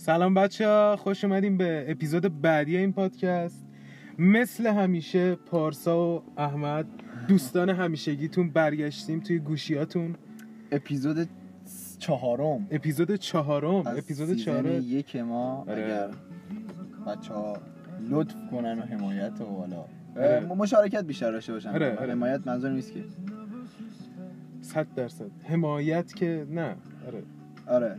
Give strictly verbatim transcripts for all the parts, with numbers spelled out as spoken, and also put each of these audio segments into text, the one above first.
سلام بچه ها، خوش اومدیم به اپیزود بعدی این پادکست. مثل همیشه پارسا و احمد دوستان همیشگیتون برگشتیم توی گوشیاتون. اپیزود چهارم اپیزود چهارم از اپیزود سیزن چهارم یک ما. اره. اگر بچه ها لطف کنن و حمایت و والا اره. مشارکت بیشتر داشته باشن. اره. اره. حمایت منظور نیست که صد درصد حمایت که نه. آره آره.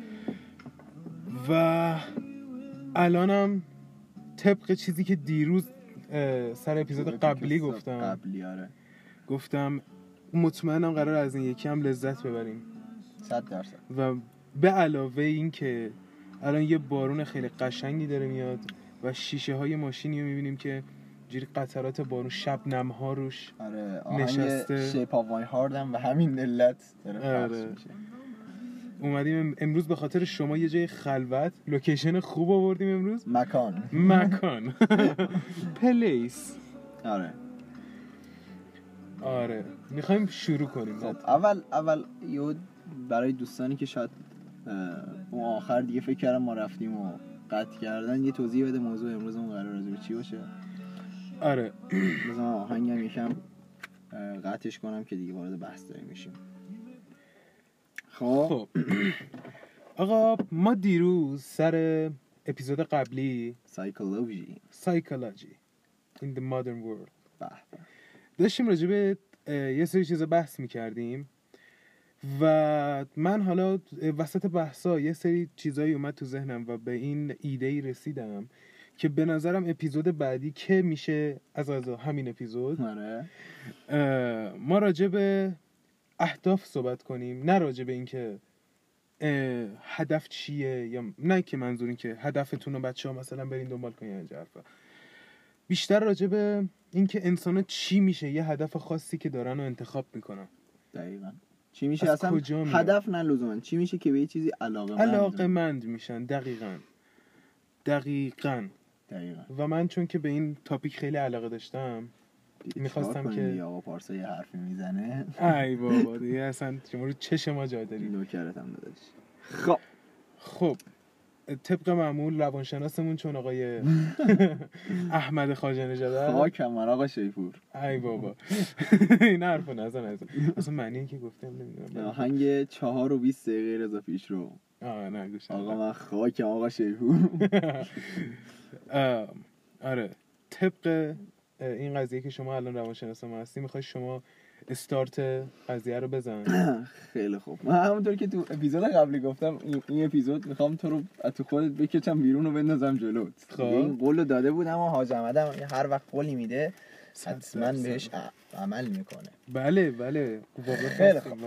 و الانم طبق چیزی که دیروز سر اپیزود قبلی گفتم قبلی آره گفتم مطمئنم قرار از این یکی هم لذت ببریم صد درصد. و به علاوه این که الان یه بارون خیلی قشنگی داره میاد و شیشه های ماشینی رو میبینیم که جوری قطرات بارون شبنم ها روش آره نشسته. شیپ آف مای هارت هم و همین علت داره پخش آره. میشه. اومدیم امروز به خاطر شما یه جای خلوت لوکیشن خوب آوردیم امروز. مکان مکان پلیس. آره آره میخوایم شروع کنیم. خب اول اول یه برای دوستانی که شاید اون آخر دیگه فکر کردم ما رفتیم و قطع کردن یه توضیح بده موضوع امروزمون قرار راجع به چی باشه. آره مثلا آهنگم یکم قطعش کنم که دیگه وارد بحث داریم میشیم. خب خب آقا ما دیروز سر اپیزود قبلی سایکولوژی سایکولوژی in the modern world به داشتیم راجع به یه سری چیزا بحث میکردیم و من حالا وسط بحثا یه سری چیزایی اومد تو ذهنم و به این ایده‌ای رسیدم که به نظرم اپیزود بعدی که میشه از از همین اپیزود آره ما راجع به اهداف صحبت کنیم، نه راجع به این که هدف چیه، یا نه که منظور این که هدفتون رو بچه ها مثلا برین دنبال کنین اینجا حرفا، بیشتر راجع به این که انسان چی میشه یه هدف خاصی که دارن و انتخاب میکنن. دقیقاً چی میشه اصلا هدف نه لزوما چی میشه که به یه چیزی علاقه مند علاقه مند میشن. دقیقاً دقیقاً دقیقاً و من چون که به این تاپیک خیلی علاقه داشتم میخواستم که آقا پارسا یه حرفی میزنه ای بابا دیگه اصلا شما رو چش ما جا داری. نوکرت هم داداش. خب خب طبق معمول روانشناسمون چون آقای احمد خواجه نژاد خاکم من آقا شیپور. ای بابا این حرفو نزن اصلا اصلا معنی این که گفتم نمیدونم. آهنگ چهار و بیست دقیقه رضا پیشرو. آه نه گوش آقا من خاکم آقا شیپور. آره طبق این قضیه که شما الان روانشناس ما هستی میخوای شما استارت قضیه رو بزن. خیلی خوب. من همونطور که تو اپیزود قبلی گفتم این, این اپیزود میخوام تو رو تو خودت بکشم بیرون و بندازم جلوت. خب این قولو داده بودم و حاج احمدم هر وقت قولی میده حتما بهش عمل میکنه. بله بله واقعا خیلی خوب.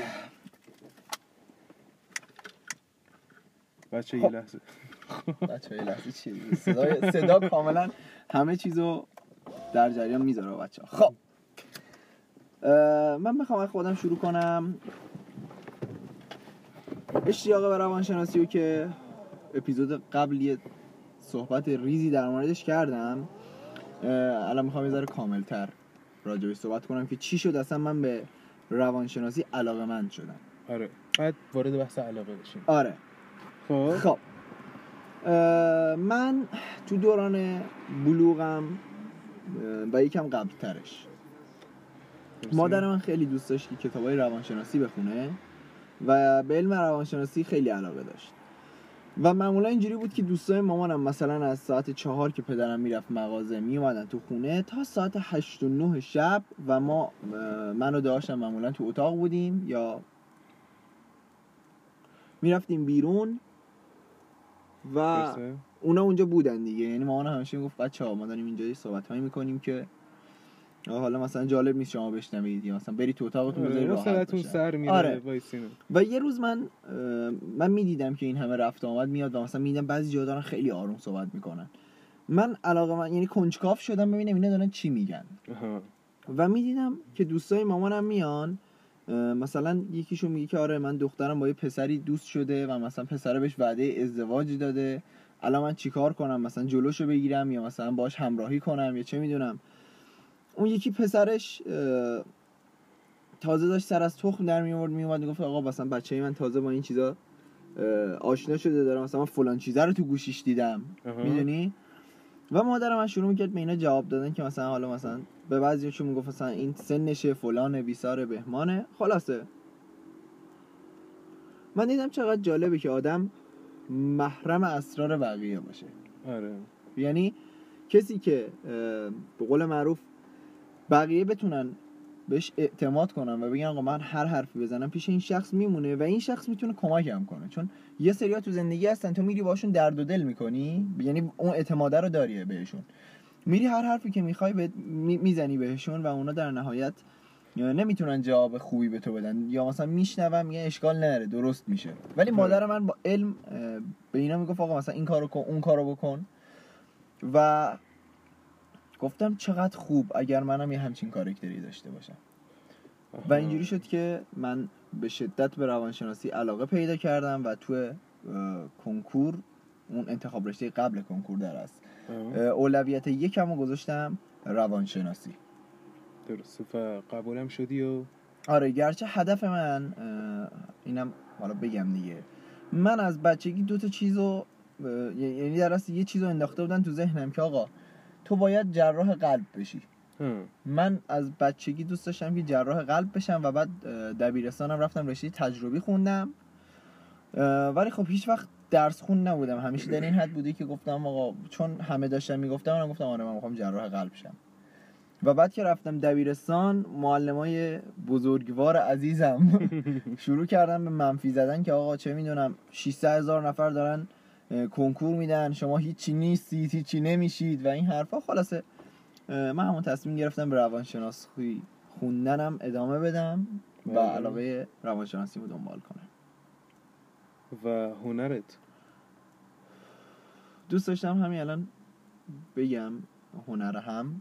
بچه یه لحظه بچه یه لحظه چی صدا صدا کاملا همه چیزو در جریان میذاره بچه‌ها. خب من میخوام خودم شروع کنم. اشتیاق به روانشناسی رو که اپیزود قبل یه صحبت ریزی در موردش کردم، الان میخوام یه ذره کاملتر راجعش صحبت کنم که چی شد اصلا من به روانشناسی علاقه‌مند شدم. آره بعد وارد بحث علاقه بشیم. آره خب خب من تو دوران بلوغم و یکم قبل ترش مادر من خیلی دوست داشت که کتابای روانشناسی بخونه و به علم روانشناسی خیلی علاقه داشت و معمولا اینجوری بود که دوستای مامانم مثلا از ساعت چهار که پدرم میرفت مغازه میومدن تو خونه تا ساعت هشت و نه شب و ما من و داشتم معمولا تو اتاق بودیم یا میرفتیم بیرون و برسه. اونا اونجا بودن دیگه. یعنی مامان همیشه میگفت بچه‌ها ما داریم اینجا صحبت‌هایی می‌کنیم که حالا مثلا جالب نیست شما بشنوید یا مثلا بری تو اتاقتون بذارید راحت باشید. سر میره آره. وایسینو. و یه روز من من میدیدم که این همه رفت آمد میاد و مثلا میدیدم بعضی جا دارن خیلی آروم صحبت میکنن. من علاقه من یعنی کنجکاو شدم ببینم اینا دارن چی میگن. آها. و میدیدم که دوستای مامانم میان مثلا یکیشون میگه که آره من دخترم با یه پسری دوست شده و مثلا پسره بهش وعده ازدواج داده، الان من چیکار کنم؟ مثلا جلوشو بگیرم یا مثلا باهاش همراهی کنم یا چه میدونم. اون یکی پسرش تازه داشت سر از تخم در می آورد، می اومد میگفت آقا مثلا بچه‌ی من تازه با این چیزا آشنا شده داره مثلا من فلان چیزا رو تو گوشیش دیدم میدونی. و مادرم من شروع میکرد به اینا جواب دادن که مثلا حالا مثلا به بعضیاشون میگفت مثلا این سنشه فلانه بیساره بهمانه. خلاصه من دیدم چقدر جالبه که آدم محرم اسرار بقیه باشه. آره. یعنی کسی که به قول معروف بقیه بتونن بهش اعتماد کنن و بگن آقا من هر حرفی بزنم پیش این شخص میمونه و این شخص میتونه کمکم کنه. چون یه سریا تو زندگی هستن تو میری باشون درد و دل میکنی، یعنی اون اعتماده رو داری بهشون، میری هر حرفی که میخوای به میزنی بهشون و اونا در نهایت نمیتونن جواب خوبی به تو بدن یا مثلا میشنون میگن اشکال نداره درست میشه. ولی مادر من با علم به اینا میگفت آقا مثلا این کارو کن اون کارو بکن و گفتم چقدر خوب اگر منم یه همچین کاراکتری داشته باشم. و اینجوری شد که من به شدت به روانشناسی علاقه پیدا کردم و تو کنکور اون انتخاب رشته قبل کنکور در است اولویت یکم رو گذاشتم روانشناسی. درسته. و قبولم شدی و آره گرچه هدف من اینم حالا بگم دیگه، من از بچگی دو تا چیزو یعنی در اصل یه چیزو انداخته بودن تو ذهنم که آقا تو باید جراح قلب بشی. هم. من از بچگی دوست داشتم که جراح قلب بشم و بعد دبیرستانم رفتم رشته تجربی خوندم ولی خب هیچ وقت درس خون نبودم، همیشه در این حد بوده که گفتم آقا چون همه داشتن میگفتم منم گفتم آره من میخوام جراح قلب شم. و بعد که رفتم دبیرستان معلمای بزرگوار عزیزم شروع کردن به منفی زدن که آقا چه میدونم ششصد هزار نفر دارن کنکور میدن شما هیچی نیستید هیچی نمیشید و این حرفا. خلاصه من همون تصمیم گرفتم به روانشناسی خوندنم ادامه بدم و علاقه روانشناسی رو دنبال کنم. و هنرت دوست داشتم همین الان بگم هنر هم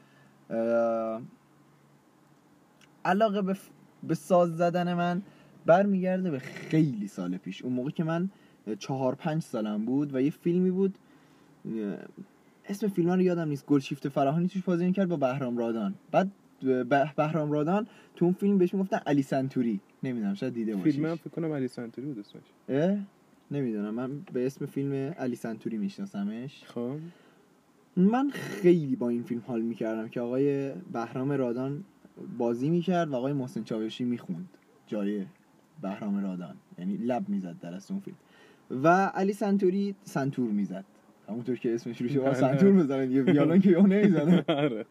علاقه به, ف... به ساز زدن من برمیگرده به خیلی سال پیش. اون موقع که من چهار پنج سالم بود و یه فیلمی بود اسم فیلم رو یادم نیست، گلشیفته فراهانی توش بازی می‌کرد با بهرام رادان. بعد بهرام رادان تو اون فیلم بهش میگفتن علی سنتوری، نمیدونم شاید دیده باشیش. فیلمم فکر کنم علی سنتوری بود اسمش. اه نمیدونم من به اسم فیلم علی سنتوری میشناسمش. خب من خیلی با این فیلم حال میکردم که آقای بهرام رادان بازی میکرد و آقای محسن چاوشی میخوند جای بهرام رادان، یعنی لب میزد در اون فیلم و علی سنتوری سنتور میزد همونطور که اسمش روشه با سنتور بزنن یه ویولون که اون نمیزنه.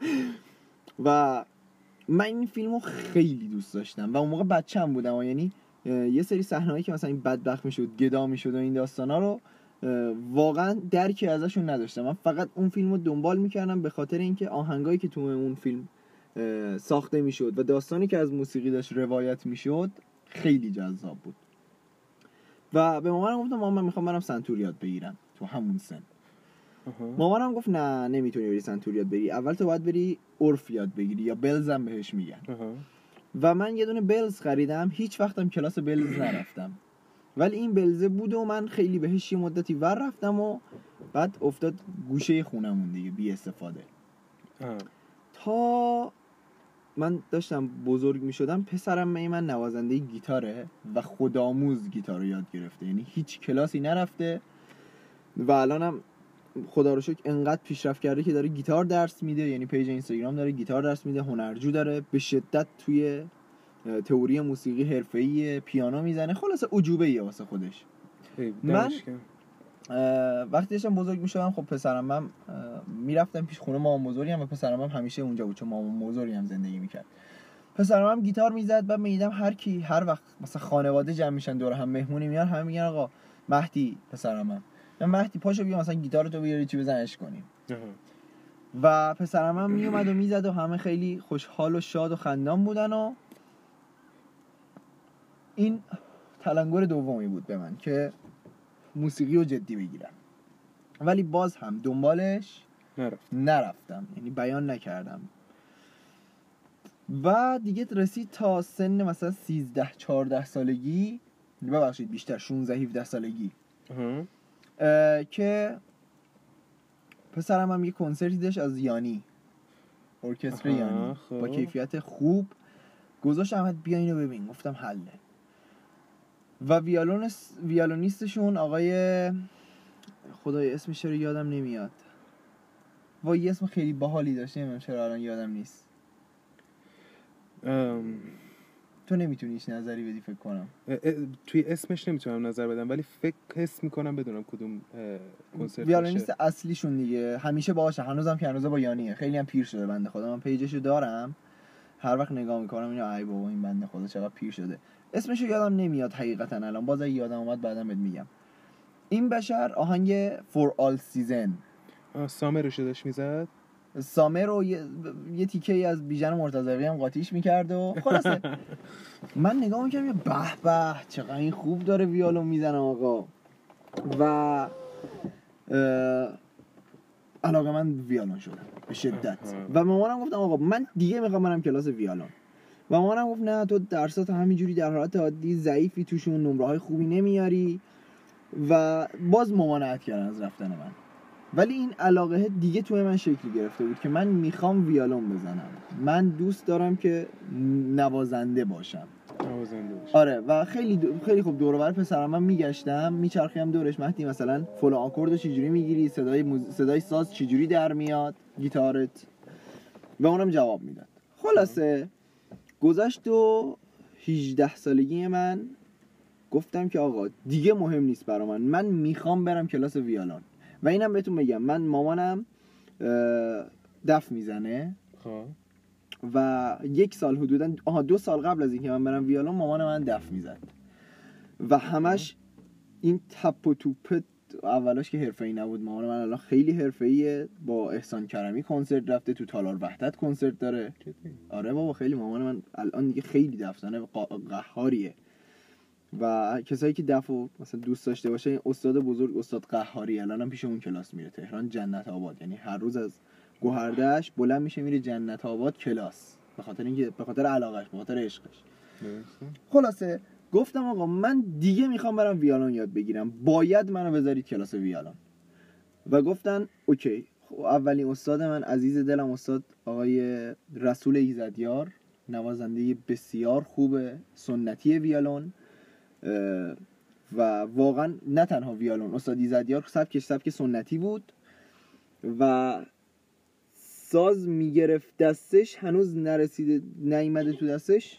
و من این فیلمو خیلی دوست داشتم و اون موقع بچه‌م بودم و یعنی یه سری صحنه‌ای که مثلا این بدبخت میشد گدا میشد و این داستانا رو واقعا درکی ازشون نداشتم. من فقط اون فیلمو دنبال میکردم به خاطر اینکه آهنگایی که تو اون فیلم ساخته میشد و داستانی که از موسیقی داشت روایت میشد خیلی جذاب بود. و به مامانم گفتم مامان من میخوام برم سنتور یاد بگیرم تو همون سن. مامانم گفت نه نمیتونی بری سنتور یاد بگیری، اول تو باید بری عرف یاد بگیری یا بلز هم بهش میگن. و من یه دونه بلز خریدم، هیچ وقتم کلاس بلز نرفتم ولی این بلزه بود و من خیلی بهش یه مدتی ور رفتم و بعد افتاد گوشه خونمون دیگه بی استفاده. اه. تا من داشتم بزرگ می شدم پسرم من نوازنده گیتاره و خودآموز گیتار رو یاد گرفته، یعنی هیچ کلاسی نرفته و الانم خدا رو شکر انقدر پیشرفت کرده که داره گیتار درس میده، یعنی پیج اینستاگرام داره گیتار درس میده، هنرجو داره، به شدت توی تئوری موسیقی حرفه‌ای پیانو میزنه. خلاصه عجوبه‌ایه واسه خودش. من وقتی داشتم بزرگ میشدم خب پسرم من میرفتم پیش خونه مامان بزرگم و پسرم هم همیشه اونجا بود چون مامان بزرگم زندگی میکرد. پسرم هم گیتار میزد و میدیدم هر کی هر وقت مثلا خانواده جمع میشن دور هم مهمونی میان همه میگن آقا مهدی پسرم من من مهدی پاشو بیا مثلا گیتار تو بیاری چی بزنش کنیم. و پسرم هم میومد و میزد و همه خیلی خوشحال و شاد و خندان بودن و این تلنگر دومی بود به من که موسیقی رو جدی بگیرم. ولی باز هم دنبالش نرفت. نرفتم، یعنی بیان نکردم. و دیگه رسید تا سن مثلا سیزده چهارده سالگی، ببخشید بیشتر شانزده هفده سالگی که پسرم هم یه کنسرتی داشت از یانی ارکستر یانی با کیفیت خوب، گذاشت احمد بیا اینو ببین. گفتم حله. و ویالونس ویالونیستشون آقای خدای اسمش رو یادم نمیاد، وای یه اسم خیلی باحالی داشت، نمیدونم چرا الان یادم نیست. ام... تو نمیتونی هیچ نظری بدی فکر کنم. اه اه توی اسمش نمیتونم نظر بدم، ولی فکر حس میکنم بدونم کدوم کنسرت ویالونیست اصلیشون دیگه همیشه باشه، هنوزم که هنوزه با یانیه، خیلی هم پیر شده بنده خدا. من پیجشو دارم، هر وقت نگاه میکنم اینو ای بابا این بنده خدا چقدر پیر شده. اسمشو یادم نمیاد حقیقتا الان، باز اگه یادم اومد بعدم بهت میگم. این بشر آهنگ For All Season سامر رو شدش میزد، سامر رو یه, یه تیکه ای از بیژن مرتضوی هم قاطیش میکرد و خلاصه من نگاه میکنم یه به به چقدر این خوب داره ویولون میزنه آقا. و علاقه من ویولون شدم به شدت و مامانم گفتم آقا من دیگه میخوام برم کلاس ویولون. و مامانم گفت نه تو درسات همینجوری در حالت عادی ضعیفی، توشون نمره های خوبی نمیاری. و باز ممانعت کردن از رفتن من، ولی این علاقه دیگه توی من شکل گرفته بود که من میخوام ویولون بزنم، من دوست دارم که نوازنده باشم. نوازنده باشم. آره و خیلی دو... خیلی خوب دور و بر پسرم من میگشتم، میچرخیدم دورش، مهدی مثلا فلان آکوردو چجوری میگیری، صدای موز... صدای ساز چجوری در میاد گیتارت، و اونم جواب میداد. خلاصه گذشت و هجده سالگی من گفتم که آقا دیگه مهم نیست برا من، من میخوام برم کلاس ویولون. و اینم بهتون بگم من مامانم دف میزنه خب و یک سال حدوداً آها دو سال قبل از اینکه من برم ویولون مامان من دف میزد و همش این تپ و توپ. اولاش که حرفه‌ای نبود، مامان من الان خیلی حرفه‌ایه، با احسان کرمی کنسرت رفته، تو تالار وحدت کنسرت داره. آره بابا خیلی مامان من الان دیگه خیلی دفزنه قهاریه. و کسایی که دفو مثلا دوست داشته باشه این استاد بزرگ استاد قهاری الانم پیش اون کلاس میره تهران جنت آباد، یعنی هر روز از گوهردش بلند میشه میره جنت آباد کلاس، به خاطر اینکه به خاطر علاقش به خاطر عشقش. خلاصه گفتم آقا من دیگه میخوام برم ویولون یاد بگیرم، باید منو بذارید کلاس ویولون. و گفتن اوکی. خب اولین استاد من عزیز دلم استاد آقای رسول ایزدیار، نوازنده بسیار خوب سنتی ویولون و واقعا نه تنها ویولون، استاد ایزدیار سبکش سبک سنتی بود و ساز میگرفت دستش، هنوز نرسیده نیامده تو دستش.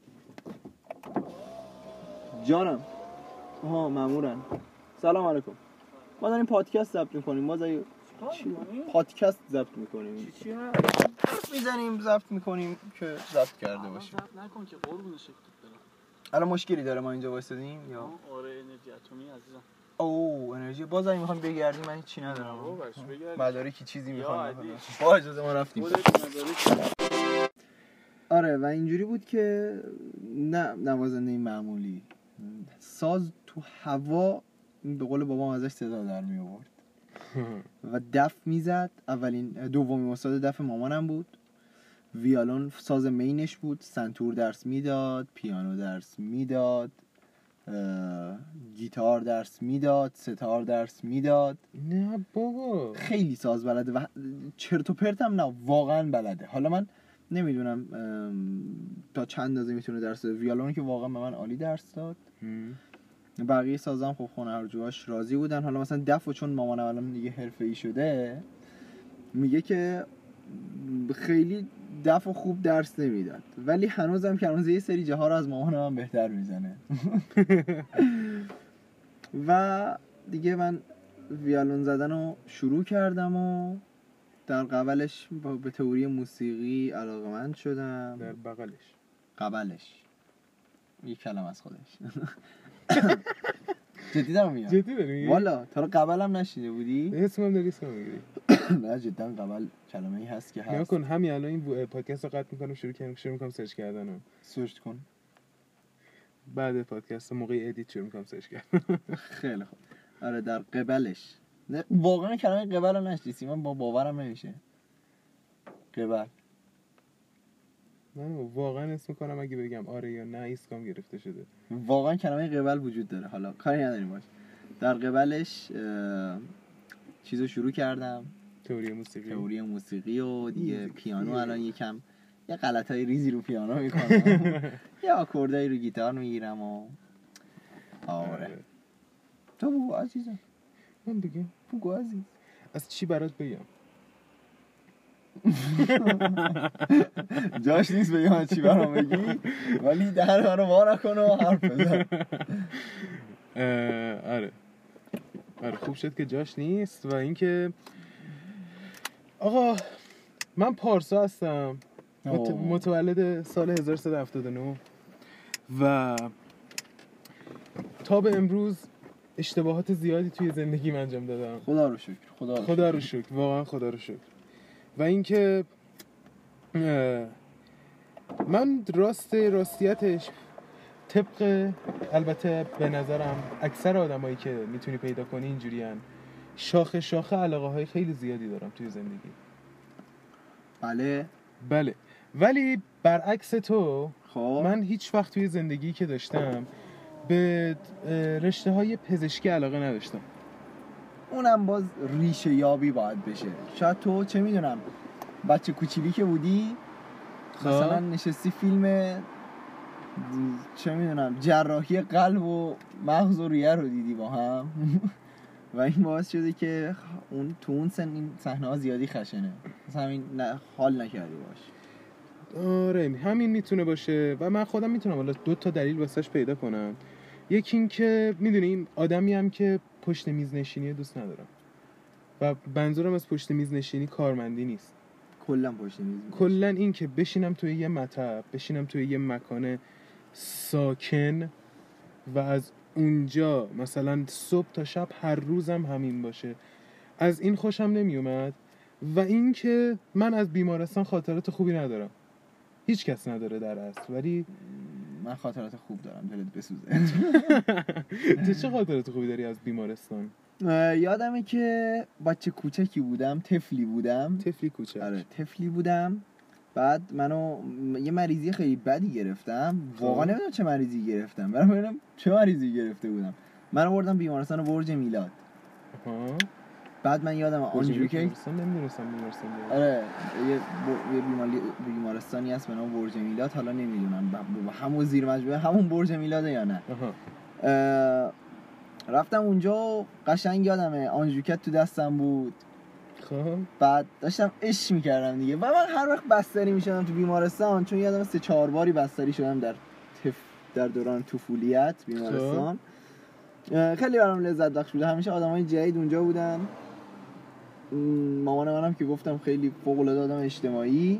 جانم آها مامورن. سلام علیکم، ما داریم پادکست ضبط میکنیم، باز اگه پادکست ضبط میکنیم چی چی هست میزنیم ضبط میکنیم که ضبط کرده باشیم. ضبط نکن که قربون شکلت برم. الان مشکلی داره ما اینجا وایسادیم یا آره انرژی اتمی عزیزم. او انرژی باز اگه میخوام بگردیم من هیچی ندارم. او باش بگرد. مدارکی چیزی میخوام عادی. با اجازه ما رفتیم. خودت مدارک. آره و اینجوری بود که نه نوازنده معمولی، ساز تو هوا به قول بابام ازش صدا در می آورد و دف میزد. اولین دومین استاد دف مامانم بود. ویولون ساز مینش بود، سنتور درس میداد، پیانو درس میداد، گیتار درس میداد، ستار درس میداد. نه بابا خیلی ساز بلده و چرت و پرت هم نه واقعا بلده. حالا من نمیدونم تا چند اندازه میتونه درس بده. ویولون که واقعا به من عالی درس داد. بقیه سازام خب هنرجوهاش راضی بودن. حالا مثلا دفو چون مامانم الان دیگه حرفه‌ای شده میگه که خیلی دفو خوب درس نمیداد، ولی هنوزم که هنوز یه سری جاها رو از مامانم هم بهتر میزنه. و دیگه من ویولون زدن رو شروع کردم و در قبلش به تئوری موسیقی علاقه‌مند شدم. در بغلش قبلش یک کلمه از خودش. جدی دارم میگم. جدی داری میگی؟ والا تا رو قبلم نشیده بودی؟ اسمم داری اسمم میگیری. نه جدا قبل کلمه‌ای هست که هست. نگاه کن همین الان این پادکست رو قطع میکنم شروع کردم شروع میکنم سرچ کردن. سرچ کن. بعد پادکست موقع ادیت شروع میکنم سرچ کردن. خیلی خوب. آره در قبلش. نه واقعا کلمه قبل رو نشنیدی، من با باورم نمیشه. قبل. نه واقعا اسم میکنم اگه بگم آره یا نه ایسکام گرفته شده. واقعا کلمه قبل وجود داره. حالا کاری نداریم باش. در قبلش چیزو شروع کردم. تئوری موسیقی. تئوری موسیقی و دیگه پیانو الان یکم یه غلطای ریزی رو پیانو میکنم. یه آکوردای رو گیتار میگیرم و آره تو بگو عزیزم. من بگم بگو عزیز. از چی برات بگم؟ جاش نیست بگم از چی برام بگی، ولی در منو وا نکن و حرف بزن. آره آره خوب شد که جاش نیست. و اینکه آقا من پارسا هستم، مت... متولد سال هزار و سیصد و هفتاد و نه و تا به امروز اشتباهات زیادی توی زندگیم انجام دادم. خدا رو شکر. خدا رو خدا رو شکر، واقعا خدا رو شکر. و اینکه من راست راستیتش طبق البته به نظرم اکثر آدمایی که میتونی پیدا کنی اینجوری هن، شاخه شاخه علاقه های خیلی زیادی دارم توی زندگی. بله بله ولی برعکس تو خب من هیچ وقت توی زندگی که داشتم به رشته های پزشکی علاقه نداشتم. اونم باز ریشه یابی باید بشه. شاید تو چه میدونم بچه کوچیلی که بودی مثلا نشستی فیلم چه میدونم جراحی قلب و مغز و ریه رو دیدی با هم و این باعث شده که اون تو اون سن این صحنه ها زیادی خشنه، مثلا همین نه حال نکردی باش. آره همین میتونه باشه و من خودم میتونم حالا دو تا دلیل واسش پیدا کنم. یکی این که میدونیم آدمی هم که پشت میز نشینی دوست ندارم و منظورم از پشت میز نشینی کارمندی نیست، کلا پشت میز کلا این که بشینم توی یه مطب، بشینم توی یه مکان ساکن و از اونجا مثلا صبح تا شب هر روزم همین باشه، از این خوشم نمیومد. و این که من از بیمارستان خاطرات خوبی ندارم، هیچ کس نداره در اصل، ولی من خاطرات خوب دارم دلت بسوزه. تو چه خاطرات خوبی داری از بیمارستان؟ یادمه که بچه کوچکی بودم، طفلی بودم. طفلی کوچک؟ آره طفلی بودم. بعد منو یه مریضی خیلی بدی گرفتم، واقعا نمیدونم چه مریضی گرفتم، برام ببینم چه مریضی گرفته بودم. منو بردم بیمارستان برج میلاد. آها. بعد من یادم آنجوری که بیمارستان نمیدونستم بیمارستان داره. آره یه ب... یه بیماری... بیمارستانی هست به نام برج میلاد، حالا نمیدونم ب... همون زیر مجموعه همون برج میلاده یا نه. آها. اه... رفتم اونجا و قشنگ یادمه آنژوکت تو دستم بود. خب بعد داشتم عشق میکردم دیگه و من هر وقت بستری میشدم تو بیمارستان، چون یادم سه چهار باری بستری شدم در تف... در دوران طفولیت بیمارستان. خیلی برام لذت بخش بود، همیشه آدمای جدید اونجا بودن. مامان منم که گفتم خیلی فوق العاده آدم اجتماعی،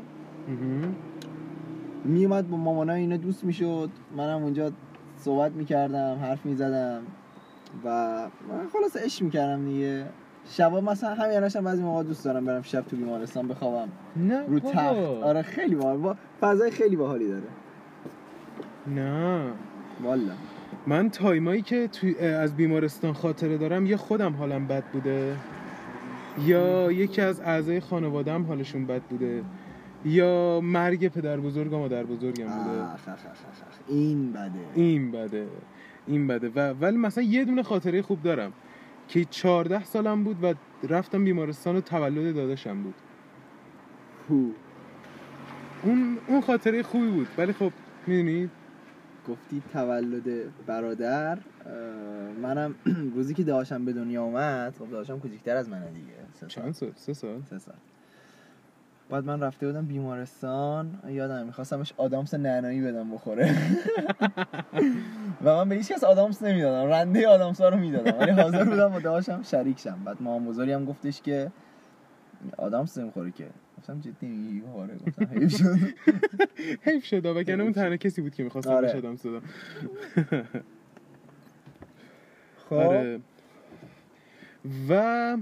میومد با مامانای اینا دوست میشد، منم اونجا صحبت میکردم، حرف میزدم و من خلاص عشق میکردم دیگه. شبا مثلا همین الانشم بعضی موقع دوست دارم برم شب تو بیمارستان بخوابم نه رو تخت. آره خیلی باحال، فضای خیلی باحالی داره. نه والا من تایمایی که تو از بیمارستان خاطره دارم یا خودم حالم بد بوده یا یکی از اعضای خانواده‌ام حالشون بد بوده یا مرگ پدر بزرگم و مادر بزرگم بوده. آخ آخ آخ آخ. این بده این بده این بده و ولی مثلا یه دونه خاطره خوب دارم که چهارده سالم بود و رفتم بیمارستان و تولد داداشم بود. هو. اون اون خاطره خوبی بود، ولی خب میدونی گفتی تولد برادر، منم روزی که داداشم به دنیا اومد، خب داداشم کوچیک‌تر از منه دیگه. چند سال؟ سه سال؟ سه سال. بعد من رفته بودم بیمارستان، یادم می‌خواستمش آدامس نعنایی بدم بخوره و من به هیچ کس آدامس نمیدادم، رنده آدامس‌ها رو میدادم، ولی حاضر بودم با داداشم شریک شم. بعد مامان بزرگی هم گفتش که آدامس نمیخوره که. گفتم جدی میگی؟ آره. گفتم حیف شد. حیف شد وگرنه اون تنها کسی بود که می‌خواستم آره. بهش آدامس بدم. خب آره. و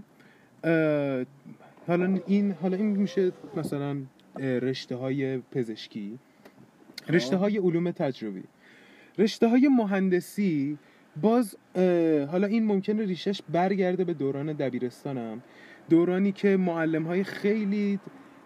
حالا این حالا این میشه مثلا رشته‌های پزشکی، رشته‌های علوم تجربی، رشته‌های مهندسی. باز حالا این ممکنه ریشش برگرده به دوران دبیرستانم، دورانی که معلم‌های خیلی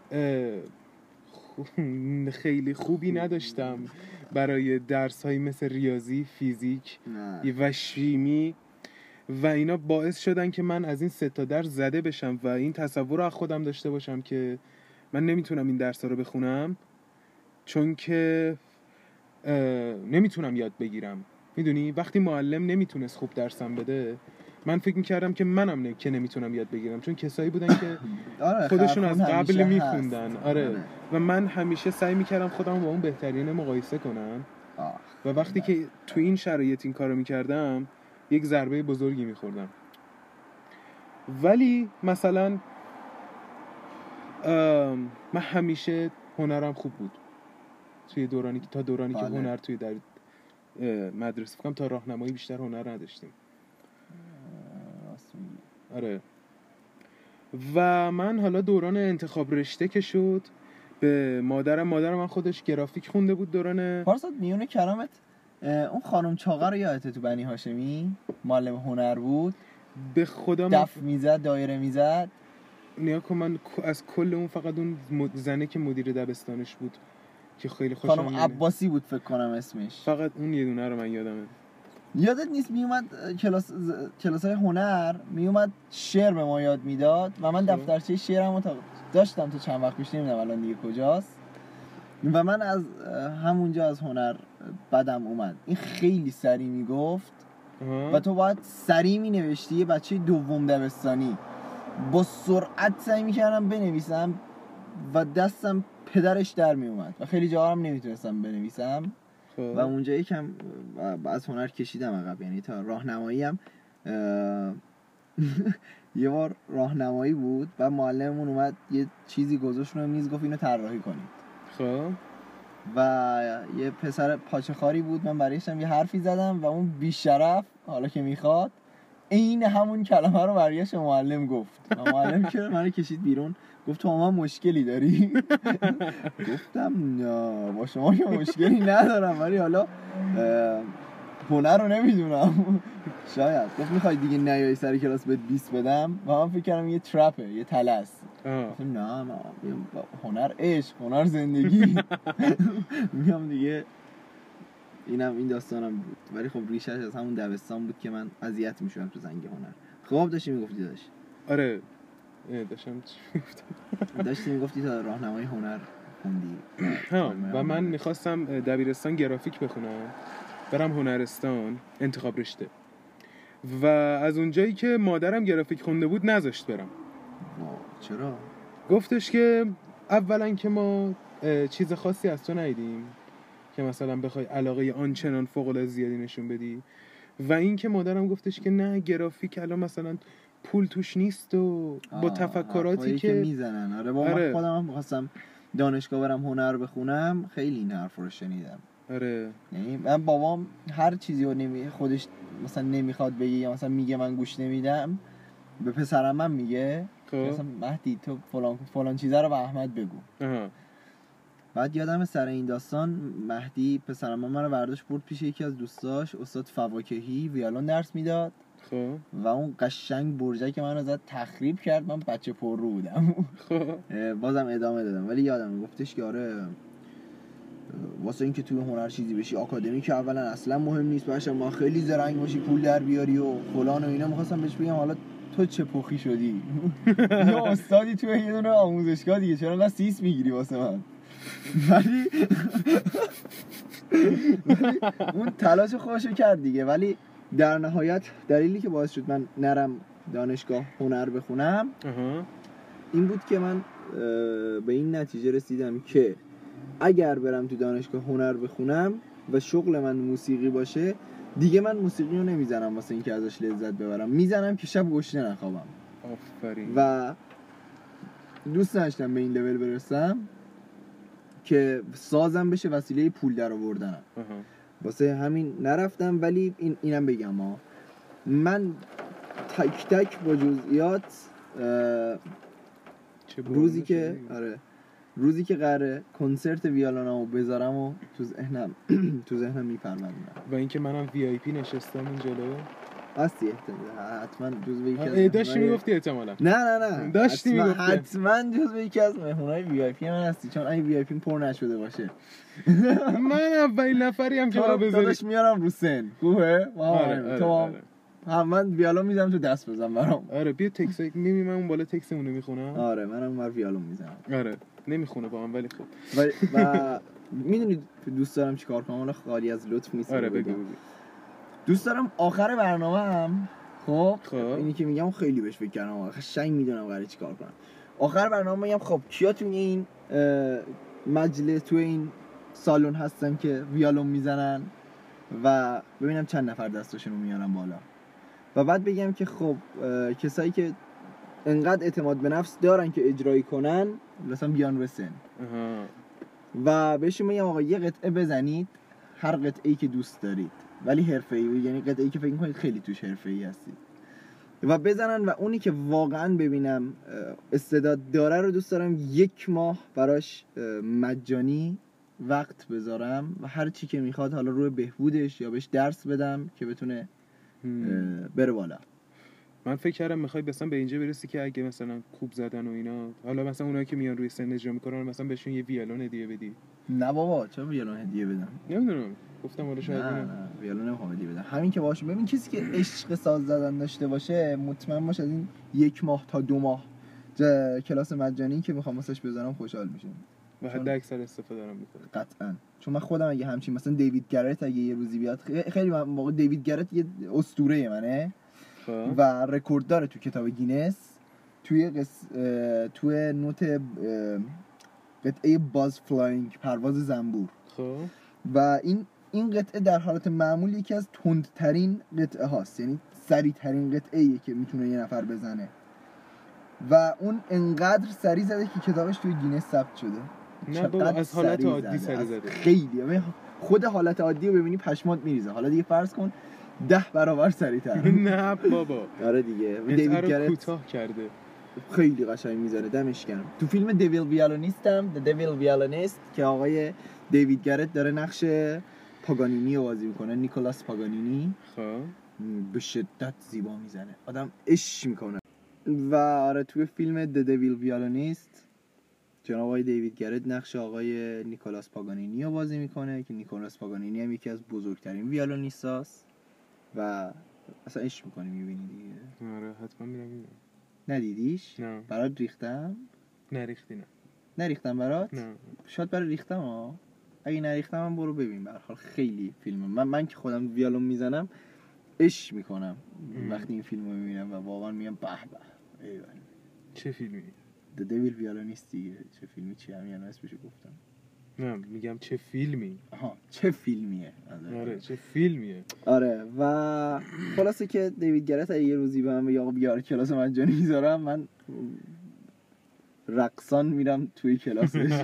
خیلی خوبی نداشتم برای درس‌های مثل ریاضی، فیزیک نه. و شیمی و اینا باعث شدن که من از این سه تا درس زده بشم و این تصور رو از خودم داشته باشم که من نمیتونم این درس‌ها رو بخونم چون که نمیتونم یاد بگیرم میدونی وقتی معلم نمیتونست خوب درسم بده، من فکر میکردم که منم نه که نمیتونم یاد بگیرم، چون کسایی بودن که آره خودشون از خرخون قبل همیشه میخوندن. هست. آره. آره. و من همیشه سعی میکردم خودم با اون بهترین مقایسه کنم آه. و وقتی که تو این شرایط این کارو میکردم یک ضربه بزرگی میخوردم. ولی مثلا من همیشه هنرم خوب بود توی دورانی که تا دورانی بله. که هنر توی در مدرسه فکرم تا راهنمایی بیشتر هنر نداشتیم. آره. و من حالا دوران انتخاب رشته که شد به مادرم مادرم من خودش گرافیک خونده بود دوران پارسا میونه کلامت اون خانم چاقه رو یادته تو بنی هاشمی معلم هنر بود، به خدا من دف میزد دایره میزد. نیا کن من از کل اون فقط اون زنه که مدیر دبستانش بود که خیلی خوشم خانم عباسی بود فکر کنم اسمش، فقط اون یه دونه رو من یادمه. یادت نیست میومد کلاس کلاسای هنر میومد شعر به ما یاد میداد و من دفترچه شعرمو تا داشتم تا چند وقت پیش، نمیدونم الان دیگه کجاست. و من از همونجا از هنر بدم اومد. این خیلی سریع میگفت و تو باید سریع مینوشتی. یه بچه دوم دبستانی با سرعت سعی میکردم بنویسم و دستم پدرش در میومد و خیلی جاها هم نمیتونستم بنویسم و اونجا یکم از هنر کشیدم عقب. یعنی تا راهنمایی هم یه بار راهنمایی بود و معلممون اومد یه چیزی گذاشت رو میز گفت اینو طراحی کنید. خب و یه پسر پاچه خاری بود، من برایشم یه حرفی زدم و اون بیشرف حالا که میخواد این همون کلمه رو برایش معلم گفت و معلم که منو کشید بیرون گفت تو من مشکلی داری؟ گفتم نه با شما که مشکلی ندارم ولی حالا هنر رو نمیدونم شاید. گفت میخوای دیگه نیایی سر کلاس بهت بیست بدم و من فکر کردم یه ترپه یه تلس. گفتم نه نه هنر عشق هنر زندگی میگم دیگه. اینم این داستانم بود ولی خب ریشش از همون دبستان بود که من اذیت میشدم تو زنگ هنر. خب داشتی میگفتی داشت؟ آره داشتم داشتی میگفتی تا راهنمای هنر خوندی. ها و من میخواستم دبیرستان گرافیک بخونم برم هنرستان انتخاب رشته و از اونجایی که مادرم گرافیک خونده بود نذاشت برم. چرا؟ گفتش که اولا که ما چیز خاصی از تو ندیدیم که مثلا بخوای علاقه آنچنان فوق‌العاده زیادی نشون بدی و این که مادرم گفتش که نه گرافیک الان مثلا پول توش نیست و با تفکراتی که, که میزنن. آره با آره. من خودم هم می‌خواستم دانشگاه برم هنر بخونم خیلی این حرف رو شنیدم. آره یعنی من بابام هر چیزی رو نمی خودش مثلا نمیخواد بگه یا مثلا میگه من گوش نمیدم به پسرم من میگه مثلا مهدی تو فلان فلان چیزا رو به احمد بگو. آها. بعد یادم سر این داستان مهدی پسرم من رو برداشت برد پیش یکی از دوستاش استاد فواکهی ویولون درس میداد. خب و اون قشنگ برجک که منو زد تخریب کرد. من بچه پر رو بودم. خب بازم ادامه دادم ولی یادم گفتش که آره واسه اینکه توی هنر چیزی بشی آکادمی که اولا اصلا مهم نیست، باشه ما خیلی زرنگ باشی پول در بیاری و فلان و اینا. می‌خواستم بهش بگم حالا تو چه پخی شدی؟ یا استادی توی یه دونه آموزشگاه دیگه چرا انقدر سیس میگیری واسه من؟ ولی اون تلاش خودشو کرد دیگه. ولی در نهایت دلیلی که باعث شد من نرم دانشگاه هنر بخونم این بود که من به این نتیجه رسیدم که اگر برم تو دانشگاه هنر بخونم و شغل من موسیقی باشه دیگه من موسیقی رو نمیزنم واسه اینکه ازش لذت ببرم، میزنم که شب گشنه نخوابم. آفرین. و دوست داشتم به این لول برسم که سازم بشه وسیله پول در آوردنم. واسه همین نرفتم. ولی این اینم بگم ها من تک تک با جزئیات روزی که آره روزی که قراره کنسرت ویولونمو بذارم و تو ذهنم تو ذهنم میپروردم. و اینکه منم وی آی پی نشستم این جلو هستی حتما جزو یکی از داشتی میگفتی احتمالاً نه نه نه داشتی میگفتی حتما جزو یکی از مهمونای وی آی پی من هستی چون اگه وی آی پی پر نشده باشه من اولین نفری هم که بذاری داداش میارم رو سن خوبه تو هم من ویولون میذارم تو دست بزن برام. آره بیا تکس میمی من اون بالا تکسمون رو میخونم. آره منم اونور ویولون میزنم. آره نمیخونه با من ولی خب و, و میدونید دوست دارم چیکار کنم حالا خالی از لطف نیست. آره بگو. دوست دارم آخر برنامه هم خب خب. اینی که میگم خیلی بهش فکر کردم، قشنگ میدونم قراره چیکار کنم. آخر برنامه میگم خب کیا تو این مجلس تو این سالن هستن که ویالون میزنن و ببینم چند نفر دستاشون رو میارن بالا و بعد بگم که خب کسایی که انقدر اعتماد به نفس دارن که اجرایی کنن مثلا بیان رسن و بهشون میگم آقا یه قطعه بزنید، هر قطعه‌ای که دوست دارید ولی حرفه‌ای، یعنی قطعه‌ای که فکر می‌کنید خیلی توش حرفه‌ای هستید و بزنن و اونی که واقعا ببینم استعداد داره رو دوست دارم یک ماه براش مجانی وقت بذارم و هر چی که میخواد حالا روی بهبودش یا بهش درس بدم که بتونه بره بالا. من فکر کردم میخوای مثلا به اینجا برسی که اگه مثلا کوب زدن و اینا، حالا مثلا اونایی که میان روی سن اجرا میکنن مثلا بهشون یه ویولون هدیه بدی. نه بابا چرا ویولون هدیه بدم؟ نمیدونم، گفتم حالا شاید نه نه ویولون نمیخوام هدیه بدم. همین که باشه، ببین کسی که عشق ساز زدن داشته باشه مطمئن باش از این یک ماه تا دو ماه کلاس مجانی که میخوام واسش بذارم خوشحال میشم و حد اکثر استفاده دارم میکنم قطعا. چون من خودم اگه همچین مثلا دیوید گرت اگه یه روزی بیاد، خیلی من واقعا دیوید گرت یه اسطوره منه و رکورد داره تو کتاب گینس توی قص... توی نوت قطعه باز فلاینگ، پرواز زنبور. خب و این این قطعه در حالت معمول یکی از تندترین قطعه هاست، یعنی سریع ترین قطعه ایه که میتونه یه نفر بزنه و اون انقدر سریع زده که کتابش توی گینس ثبت شده. نه بابا از حالت عادی سریع زده. خیلی خود حالت عادی رو ببینی پشمات میریزه. حالا دیگه فرض کن ده برابر سریع‌تر. نه بابا آره دیگه. دیوید گرت کوتاه کرده، خیلی قشنگ میذاره، دمش گرم. تو فیلم دیویل ویالونیست هم The Devil Violinist که آقای دیوید گرت داره نقش پاگانینی رو بازی میکنه، نیکولاس پاگانینی. خب به شدت زیبا میزنه، آدم عشق میکنه. و آره توی فیلم The Devil Violinist جناب آقای دیوید گرت نقش آقای نیکولاس پاگانینی رو بازی میکنه که نیکولاس پاگانینی هم یکی از بزرگترین ویولونیستاست و اصلا عشق میکنی میبینی دیگه. آره حتما میرم میبینم. ندیدیش؟ نه. برات ریختم؟ نریختی؟ نه نریختم برات؟ نه. شاید برات ریختم ها. اگه نریختم هم برو ببین، به هر حال خیلی فیلمه. من من که خودم ویولون میزنم عشق میکنم وقتی این فیلمو میبینم و واقعا میگم به به ایول. چه فیلمی؟ The Devil Violinist دیگه. چه فیلمی؟ چی همین اسمشو گفتم. نه میگم چه فیلمی. آها چه فیلمیه. آره چه فیلمیه. آره و خلاصه که دیوید گرت یه روزی به من بگه آقا بیار کلاس مجانی میذارم، من رقصان میرم توی کلاسش.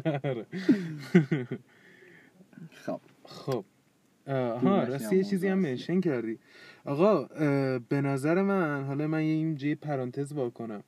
خب خب ها راستی یه چیزی هم منشن کردی آقا. به نظر من، حالا من اینجا پرانتز وا کنم،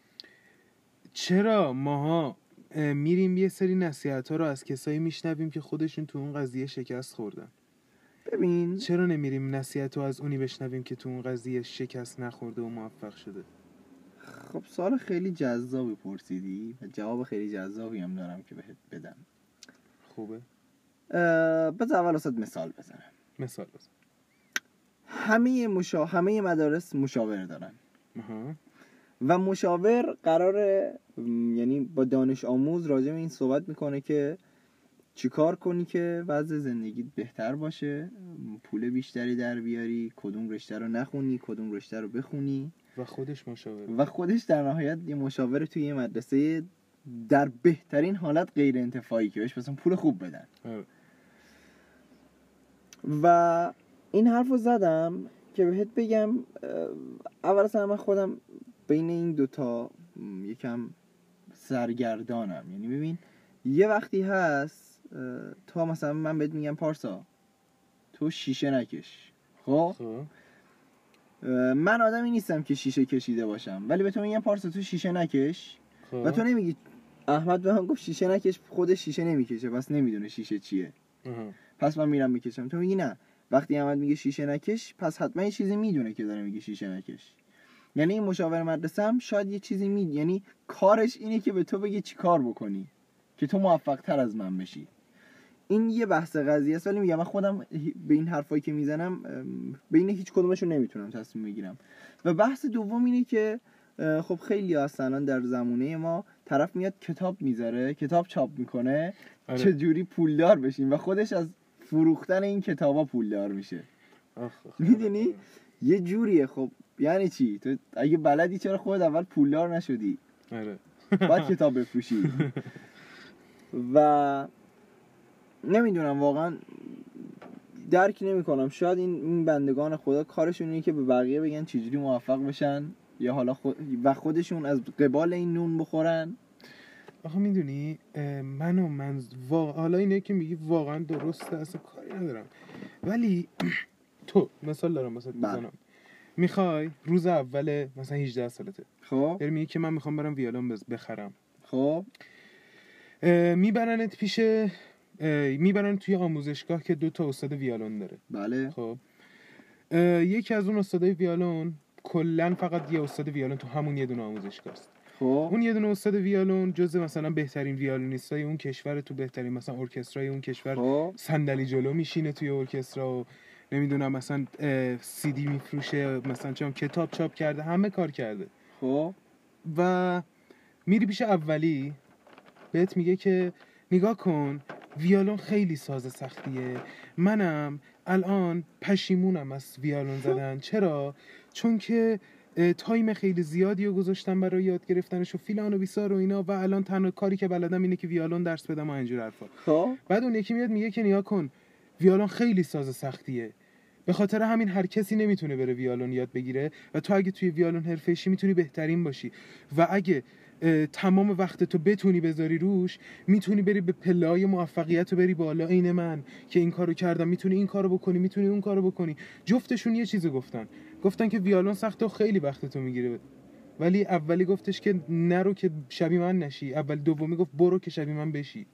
چرا ماها میریم یه سری نصیحت ها رو از کسایی میشنویم که خودشون تو اون قضیه شکست خوردن؟ ببین چرا نمیریم نصیحت رو از اونی بشنویم که تو اون قضیه شکست نخورده و موفق شده؟ خب سوال خیلی جذابی پرسیدی و جواب خیلی جذابی هم دارم که بهت بدم. خوبه؟ بذار اول واسه مثال بزنم. مثال بزن. همه مشا... همه مدارس مشاور دارن. اها. و مشاور قراره یعنی با دانش آموز راجع به این صحبت میکنه که چیکار کنی که وضع زندگیت بهتر باشه، پول بیشتری در بیاری، کدوم رشته رو نخونی، کدوم رشته رو بخونی. و خودش مشاور و خودش در نهایت یه مشاور توی یه مدرسه در بهترین حالت غیر انتفاعی که بهش مثلا پول خوب بدن. آه. و این حرفو زدم که بهت بگم اول اصلا من خودم بین این دوتا یکم سرگردانم. یعنی ببین یه وقتی هست تا مثلا من بهت میگم پارسا تو شیشه نکش. خب من آدمی نیستم که شیشه کشیده باشم، ولی به تو میگم پارسا تو شیشه نکش خب. و تو نمیگی احمد به من گفت شیشه نکش، خودش شیشه نمیکشه پس نمیدونه شیشه چیه. اه. پس من میرم میکشم. تو میگی نه وقتی احمد میگه شیشه نکش پس حتما یه چیزی میدونه که داره میگه شیشه نکش. یعنی این مشاور مدرسه هم شاید یه چیزی می یعنی کارش اینه که به تو بگه چی کار بکنی که تو موفق تر از من بشی. این یه بحث قضیه است، ولی میگم من خودم به این حرفایی که میزنم بین هیچ کدومشون نمیتونم تصمیم بگیرم. و بحث دوم اینه که خب خیلی اصلا در زمونه ما طرف میاد کتاب میذاره، کتاب چاپ میکنه چجوری پولدار بشیم و خودش از فروختن این کتابا پولدار میشه. آخ آخ. میدونی یه جوریه. خب یعنی چی؟ تو اگه بلدی چرا خودت اول پولدار نشدی؟ آره باید کتاب بفروشی. و نمیدونم واقعا درک نمیکنم. شاید این این بندگان خدا کارشون اینه که به بقیه بگن چجوری موفق بشن یا حالا خود و خودشون از قبال این نون بخورن. آخه میدونی من و من واقعا حالا اینه که میگی واقعا درسته، اصلا کاری ندارم، ولی تو مثال دارم واسه بزنم. میخوای روز اول مثلا هجده سالته، خب داری میگی که من میخوام برم ویولون بز بخرم. خب میبرنت پیش میبرن توی آموزشگاه که دو تا استاد ویولون داره. بله. خب یکی از اون استادای ویولون کلا فقط یه استاد ویولون تو همون یه دونه آموزشگاه است. خب اون یه دونه استاد ویولون جزء مثلا بهترین ویولونیستای اون کشور، تو بهترین مثلا ارکسترای اون کشور خب صندلی جلو میشینه توی ارکسترا و نمیدونم مثلا سی دی میفروشه، مثلا چون کتاب چاپ کرده، همه کار کرده. خب و میری پیش اولی بهت میگه که نگاه کن ویولون خیلی ساز سختیه، منم الان پشیمونم از ویولون زدن. چرا؟ چون که تایم خیلی زیادی رو گذاشتم برای یاد گرفتنش و فیلان و بیسار و اینا و الان تنها کاری که بلدم اینه که ویولون درس بدم و اینجور حرفا. خب بعد اون یکی میاد میگه که نگاه کن ویولون خیلی ساز سختیه، به خاطر همین هر کسی نمیتونه بره ویولون یاد بگیره و تو اگه توی ویولون حرفه‌ایشی میتونی بهترین باشی و اگه تمام وقت تو بتونی بذاری روش میتونی بری به پله‌های موفقیت و بری بالا. عین من که این کارو کردم، میتونی این کارو بکنی، میتونی اون کارو بکنی. جفتشون یه چیزو گفتن، گفتن که ویولون سخته و خیلی وقتتو میگیره، ولی اولی گفتش که نرو که شبیه من نشی، اول دومی گفت برو که شبیه من بشی.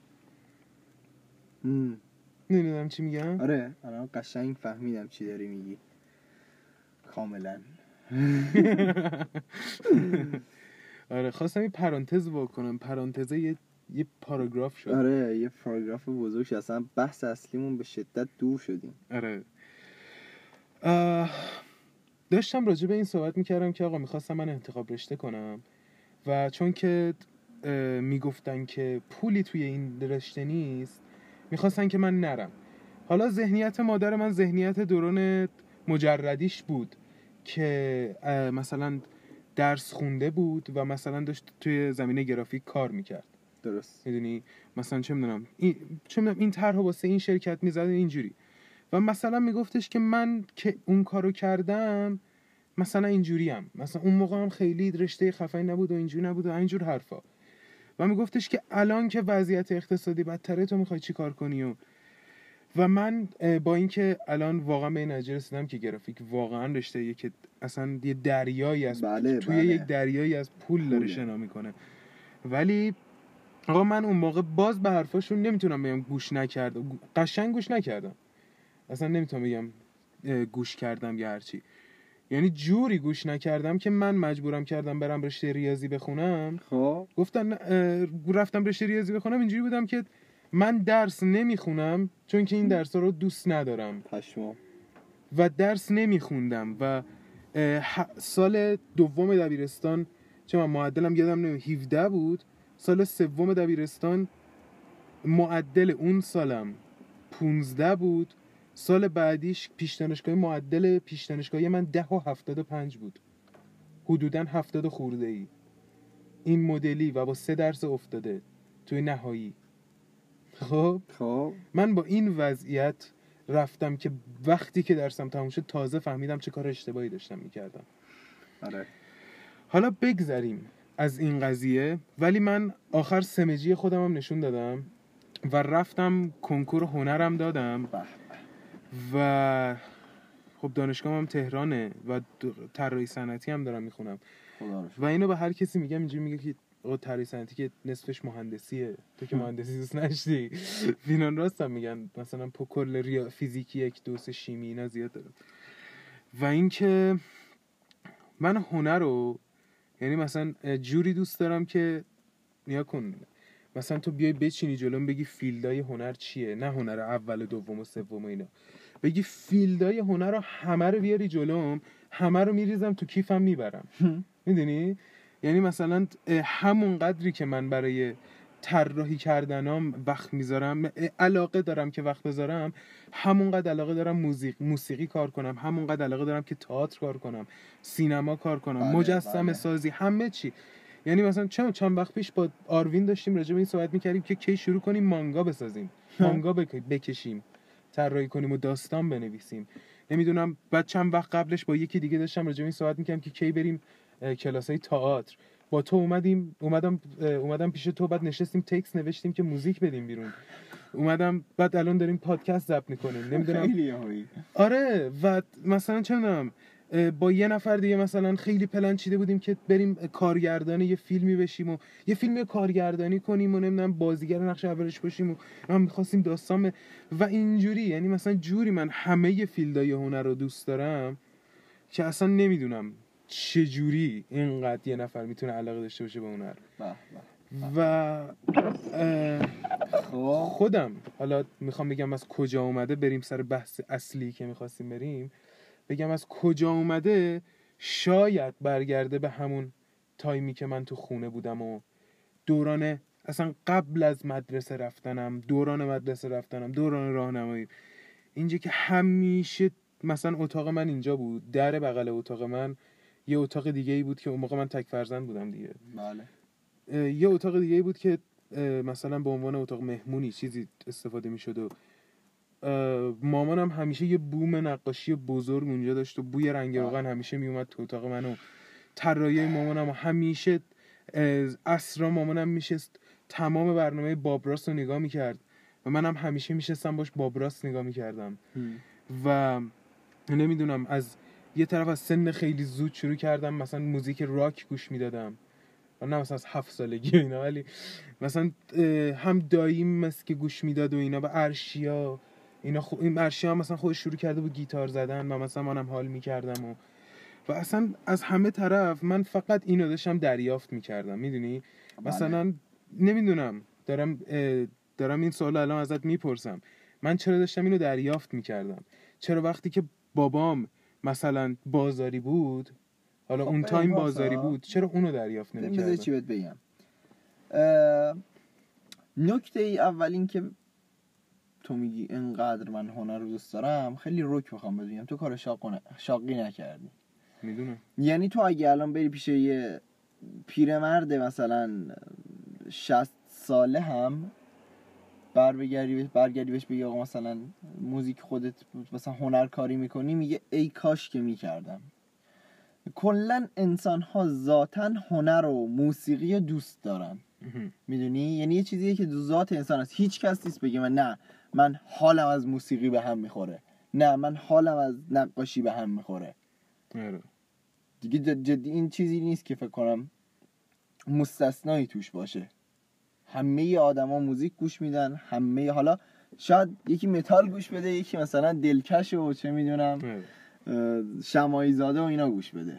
م. نمیدونم چی میگم. آره الان قشنگ فهمیدم چی داری میگی کاملا. آره خواستم یه پرانتز واکنم، پرانتزه یه یه پاراگراف شد. آره یه پاراگراف بزرگ شد، اصلا بحث اصلیمون به شدت دور شدیم. آره داشتم راجع به این صحبت میکردم که آقا میخواستم من انتخاب رشته کنم و چون که میگفتن که پولی توی این رشته نیست میخواستن که من نرم. حالا ذهنیت مادر من ذهنیت دوران مجردیش بود که مثلا درس خونده بود و مثلا داشت توی زمینه گرافیک کار میکرد. درست. میدونی مثلا چه میدونم این چه میدونم این طرح واسه این شرکت میزد اینجوری و مثلا میگفتش که من که اون کارو کردم مثلا اینجوریم، مثلا اون موقع هم خیلی رشته خفنی نبود و اینجوری نبود و اینجور حرفا. و میگفتش که الان که وضعیت اقتصادی بدتره تو میخوای چی کار کنی و و من با اینکه الان واقعا به این نتیجه رسیدم که گرافیک واقعا رشته‌ایه که اصلا یه دریایی از بله، توی بله. یک دریایی از پول داره شنا میکنه، ولی آقا من اون موقع باز به حرفاشون نمیتونم بگم گوش نکردم، قشنگ گوش نکردم، اصلا نمیتونم بگم گوش کردم یا هرچی، یعنی جوری گوش نکردم که من مجبورم کردم برم رشته ریاضی بخونم. خب گفتن رفتم رشته ریاضی بخونم، اینجوری بودم که من درس نمیخونم چون که این درس‌ها رو دوست ندارم پشمام و درس نمیخوندم و سال دوم دبیرستان چه من معدلم یادم نمیاد هفده بود، سال سوم دبیرستان معدل اون سالم پونزده بود، سال بعدیش پیش دانشگاهی معدل پیش دانشگاهی من ده و هفتاد و پنج بود، حدوداً هفتاد خورده ای این مدلی و با سه درس افتاده توی نهایی. خب خب من با این وضعیت رفتم که وقتی که درسم تموم شد تازه فهمیدم چه کار اشتباهی داشتم میکردم. آره حالا بگذریم از این قضیه، ولی من آخر سمجی خودم هم نشون دادم و رفتم کنکور هنرم دادم و خب دانشگاهم هم تهرانه و طراحی صنعتی هم دارم میخونم و اینو به هر کسی میگم اینجوری میگه که آقا طراحی صنعتی که نصفش مهندسیه، تو که مهندسی دوست نشتی. فینان راست هم میگن مثلا پو کل ریا فیزیکی یک دو سه شیمی اینا زیاد داره. و اینکه من هنر رو یعنی مثلا جوری دوست دارم که نیا کن مثلا تو بیای بچینی جلوم بگی فیلدای هنر چیه، نه هنر اول و دوم و سوم و اینا، بگی فیلدای هنر رو همه رو بیاری جلوم، همه رو میریزم تو کیفم میبرم. میدونی؟ یعنی مثلا همون قدری که من برای طراحی کردنام وقت میذارم، علاقه دارم که وقت بذارم، همونقدر علاقه دارم موزیک موسیقی کار کنم، همونقدر علاقه دارم که تئاتر کار کنم، سینما کار کنم، بله، مجسمه بله. سازی، همه چی. یعنی مثلا چند چند وقت پیش با آروین داشتیم راجع به این صحبت می‌کردیم که کی شروع کنیم مانگا بسازیم، مانگا بک- بکشیم، طراحی کنیم و داستان بنویسیم. نمیدونم بعد چند وقت قبلش با یکی دیگه داشتم راجع به این صحبت می‌کردم که کی بریم اه، کلاسای تئاتر. با تو اومدیم اومدم اه، اومدم پیش تو، بعد نشستیم تکست نوشتیم که موزیک بدیم بیرون. اومدم بعد الان داریم پادکست ضبط می‌کنیم. نمیدونم خیلی هایی. آره. و مثلا چه می‌دونم با یه نفر دیگه مثلا خیلی پلن چیده بودیم که بریم کارگردان یه فیلمی بشیم و یه فیلم کارگردانی کنیم و نمیدونم بازیگر نقش اولش باشیم و ما می‌خواستیم داستان ب... و اینجوری. یعنی مثلا جوری من همه فیلدهای هنر رو دوست دارم که اصلا نمیدونم چه جوری اینقدر یه نفر میتونه علاقه داشته باشه به هنر. به به. و اه، خب خودم حالا میخوام بگم از کجا اومده، بریم سر بحث اصلی که میخواستیم بریم. بگم از کجا اومده، شاید برگرده به همون تایمی که من تو خونه بودم و دوران اصلا قبل از مدرسه رفتنم، دوران مدرسه رفتنم، دوران راهنمایی. اینجا که همیشه مثلا اتاق من اینجا بود، در بغل اتاق من یه اتاق دیگه ای بود که اون موقع من تک فرزند بودم دیگه. بله. یه اتاق دیگه ای بود که مثلا به عنوان اتاق مهمونی چیزی استفاده می‌شد و مامانم همیشه یه بوم نقاشی بزرگ اونجا داشت و بوی رنگ روغن همیشه میومد تو اتاق منو. طراحی مامانم همیشه عصرا مامانم میشست تمام برنامه باب راست رو نگاه میکرد و منم همیشه میشستم باش باب راست نگاه میکردم. و نمیدونم از یه طرف از سن خیلی زود شروع کردم مثلا موزیک راک گوش میدادم، نه مثلا از هفت سالگی اینا، ولی مثلا هم داییم مثل که گوش میداد و اینا. و ارشیا اینا خو... این ارشیا هم مثلا خودش شروع کرده بود گیتار زدن و مثلا منم حال میکردم و و اصلا از همه طرف من فقط اینو داشتم دریافت میکردم. میدونی مثلا نمیدونم دارم دارم این سوالو الان ازت میپرسم، من چرا داشتم اینو دریافت میکردم؟ چرا وقتی که بابام مثلا بازاری بود، حالا خب اون تایم بازاری بود، چرا اونو دریافت نمی‌کردم؟ بذار چی بهت بگم. نکته ای اول این که تو میگی اینقدر من هنر رو دوست دارم، خیلی رک میخوام بگم تو کار شاق شاقی نکردی. میدونم. یعنی تو اگه الان بری پیش یه پیرمرد مثلا شصت ساله هم بر بگردی برگردی بهش بگی آقا مثلا موزیک خودت مثلا هنر کاری میکنی، میگه ای کاش که میکردم. کلن انسان ها ذاتن هنر و موسیقی دوست دارن. میدونی یعنی یه چیزیه که ذات انسان هست. هیچ کس نیست بگه من نه من حالم از موسیقی به هم میخوره، نه من حالم از نقاشی به هم میخوره. دیگه جدی این چیزی نیست که فکر کنم مستثنایی توش باشه. همه آدما موزیک گوش میدن، همه حالا شاید یکی متال گوش بده، یکی مثلا دلکش و چه میدونم شماعی زاده و اینا گوش بده.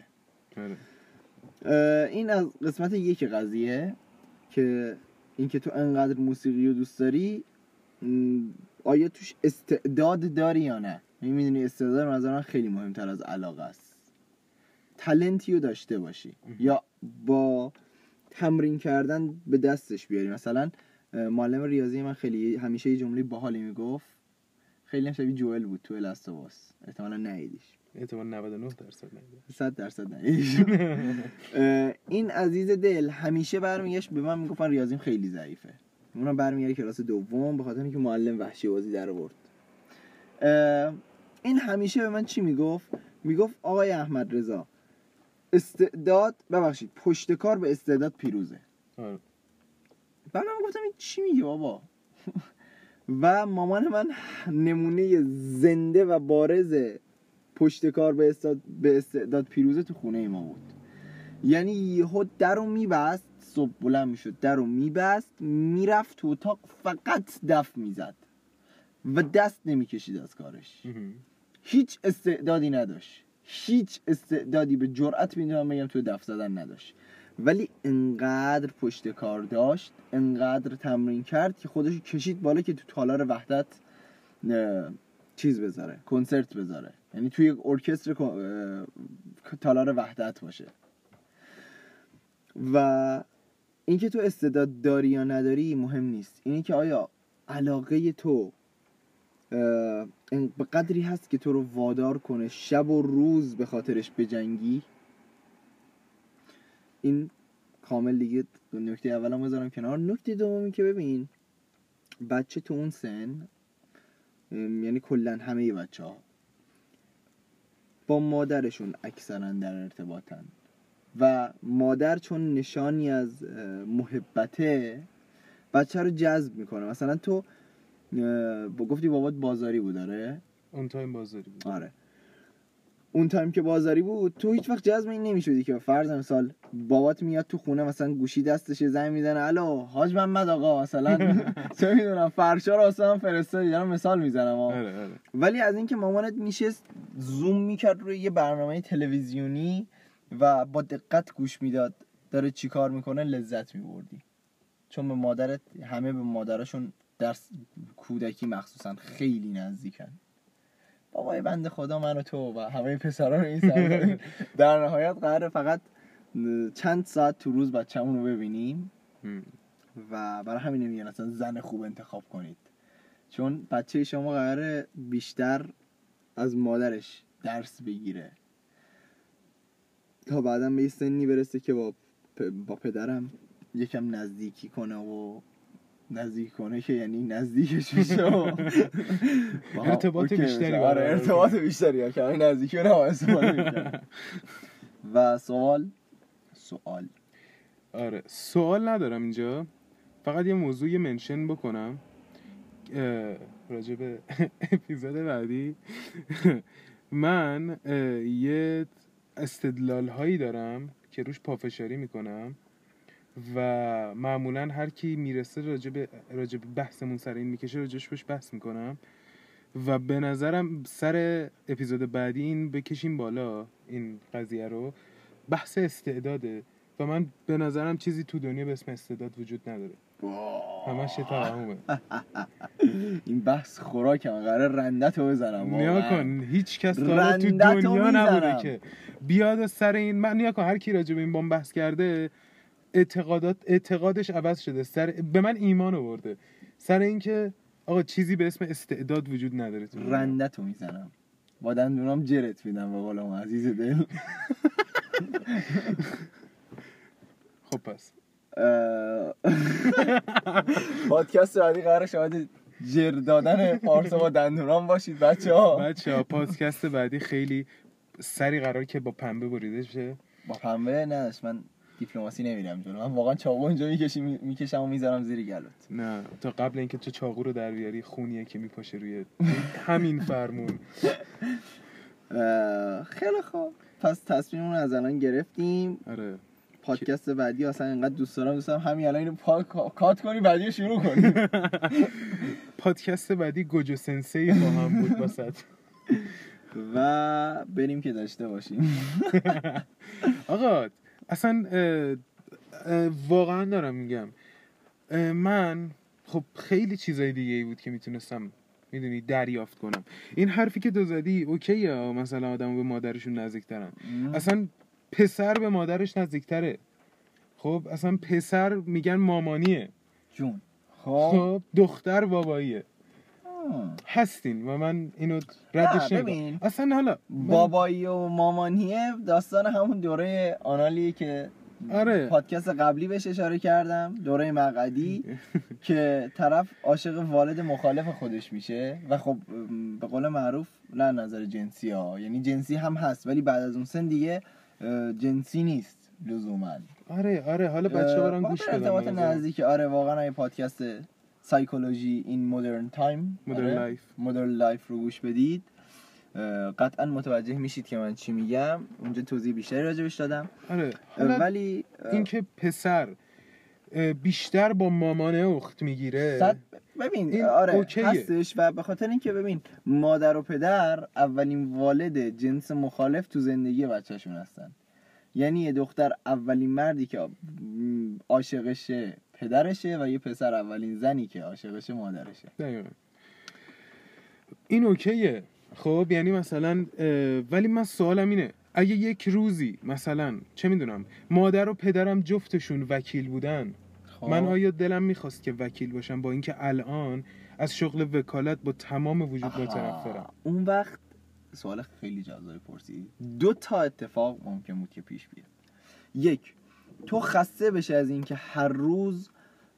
این از قسمت یک قضیه که اینکه تو انقدر موسیقی رو دوست داری، آیا توش استعداد داری یا نه. میدونی استعداد به نظر من خیلی مهمتر از علاقه است. تالنتی رو داشته باشی یا با تمرین کردن به دستش بیاری. مثلا معلم ریاضی من خیلی همیشه یه جمله باحالی میگفت، خیلی هم شبیه جوئل بود تو الاستواس، احتمالاً ندیدیش. احتمال نود و نه درصد ندیدم. صد درصد ندیدیش. این عزیز دل همیشه برمیگشت به من میگفت من ریاضیم خیلی ضعیفه. اونم برمیگره کلاس دوم به خاطر اینکه معلم وحشی بازی در آورد. این همیشه به من چی میگفت؟ میگفت آقای احمد رضا استعداد ببخشید پشت کار به استعداد پیروزه. آره. بعد من گفتم این چی میگه بابا؟ و مامان من نمونه زنده و بارز پشت کار به استعداد به استعداد پیروزه تو خونه ما بود. یعنی یهو درو میبست، صبح بلند میشد درو میبست، میرفت تو اتاق فقط دف میزد و دست نمیکشید از کارش. هیچ استعدادی نداشت، هیچ استعدادی به جرأت میدونم بگم تو دف زدن نداشت، ولی انقدر پشت کار داشت، انقدر تمرین کرد که خودشو کشید بالا که تو تالار وحدت چیز بذاره، کنسرت بذاره. یعنی توی یک ارکستر تالار وحدت باشه. و اینکه تو استعداد داری یا نداری مهم نیست، اینی که آیا علاقه تو به قدری هست که تو رو وادار کنه شب و روز به خاطرش بجنگی. این کامل دیگه نکته اولم بذارم کنار. نکته دومی که ببین بچه تو اون سن، یعنی کلن همه بچه ها با مادرشون اکثرا در ارتباطن و مادر چون نشانی از محبته بچه رو جذب میکنه. مثلا تو با گفتی بابات بازاری بود، داره اون تایم بازاری بود. آره اون تایم که بازاری بود تو هیچ وقت جذب این نمیشدی که فرض مثال بابات میاد تو خونه مثلا گوشی دستشه زنگ میزنه الو حاج محمد آقا مثلا چه میدونم فرشا رو واسه فرستادی، دارم مثال میزنم. آره آره. ولی از اینکه مامانت میشست زوم میکرد روی یه برنامه تلویزیونی و با دقت گوش میداد داره چی کار میکنه لذت میبردی، چون به مادرت، همه به مادرشون در کودکی مخصوصا خیلی نزدیکن. بابای بنده خدا من و تو و همه پسران این سر در نهایت قراره فقط چند ساعت تو روز بچه‌مون رو ببینیم و برای همین نمیگن اصلا زن خوب انتخاب کنید، چون بچه شما قراره بیشتر از مادرش درس بگیره تا بعدا به سنی برسه که با پ... با پدرم یکم نزدیکی کنه و نزدیک کنه که یعنی نزدیکش میشه و ارتباط بیشتری. آره ارتباط بیشتری ها که همین نزدیکی رو نباید استفاده میکنه. و سوال سوال آره سوال ندارم اینجا، فقط یه موضوع یه منشن بکنم راجع به اپیزود بعدی. من یه استدلال هایی دارم که روش پافشاری میکنم و معمولا هر کی میرسه راجع به راجع به بحثمون سر این میکشه راجعش بهش بحث میکنم و به نظرم سر اپیزود بعدی این بکشیم بالا این قضیه رو. بحث استعداده و من به نظرم چیزی تو دنیا به اسم استعداد وجود نداره، همش توهمه. این بحث خوراکم، قراره رندتو بزنم. نیا کن هیچ کس تا تو دنیا نبوده که بیاد سر این. من نیا کن هر کی راجع به این بام بحث کرده اعتقادات اعتقادش عوض شده، سر به من ایمان آورده سر این که آقا چیزی به اسم استعداد وجود نداره. تو رندتو میزنم با دندونام جرت میدم به قولم عزیز دل. خب پس پادکست بعدی قراره شاید جر دادن پارسا با دندونام باشید بچه‌ها. بچه‌ها پادکست بعدی خیلی سری قراره که با پنبه بریده شه. با پنبه نه، من دیپلماسی نمیرم جلو، من واقعا چاقو اینجا میکشم میکشم و میذارم زیر گلوت. نه تا قبل اینکه تو چاقو رو در بیاری خونیه که میپاشه روی همین فرمون. خیلی خوب، پس تصمیممون از الان گرفتیم. آره پادکست بعدی اصلا اینقدر دوست دارم دوست دارم همین الان اینو پا... کات کنی بعدی شروع کنی. پادکست بعدی گوجو سنسی خواهم بود واسط و بریم که داشته باشیم. آقا اصلا اه اه واقعا دارم میگم من خب خیلی چیزای دیگه ای بود که میتونستم میدونی دریافت کنم. این حرفی که تو زدی اوکیه، مثلا آدمو به مادرشون نزدیکترن. اصلا پسر به مادرش نزدیکتره. خب اصلا پسر میگن مامانیه جون، خب دختر باباییه. هستین و من اینو ردش نمی‌کنم. اصلا حالا بابایی و مامانیه داستان همون دوره آنالیه که آره پادکست قبلی بهش اشاره کردم، دوره مقعدی که طرف عاشق والد مخالف خودش میشه و خب به قول معروف نه نظر جنسی ها، یعنی جنسی هم هست ولی بعد از اون سن دیگه جنسی نیست لزوما. آره آره حالا بچه‌ها برام گوش بدن. ارتباط نزدیک آره واقعا این پادکست سایکولوژی این مدرن تایم، مدرن لایف مدرن لایف رو گوش بدید قطعا متوجه میشید که من چی میگم. اونجا توضیح بیشتری راجبش دادم. آره ولی اینکه پسر بیشتر با مامانه اخت میگیره ببین آره اوکیه. هستش و به خاطر اینکه ببین مادر و پدر اولین والد جنس مخالف تو زندگی بچه‌شون هستن. یعنی یه دختر اولین مردی که عاشقشه پدرشه و یه پسر اولین زنی که عاشقشه مادرشه. دقیقاً این اوکیه. خب یعنی مثلا ولی من سوالم اینه اگه یک روزی مثلا چه میدونم مادر و پدرم جفتشون وکیل بودن، خب. من آیا دلم میخواست که وکیل باشم، با اینکه الان از شغل وکالت با تمام وجود آها. متنفرم. اون وقت سوال خیلی جذابی پرسید. دو تا اتفاق ممکن بود که پیش بیاد. یک، تو خسته بشه از اینکه هر روز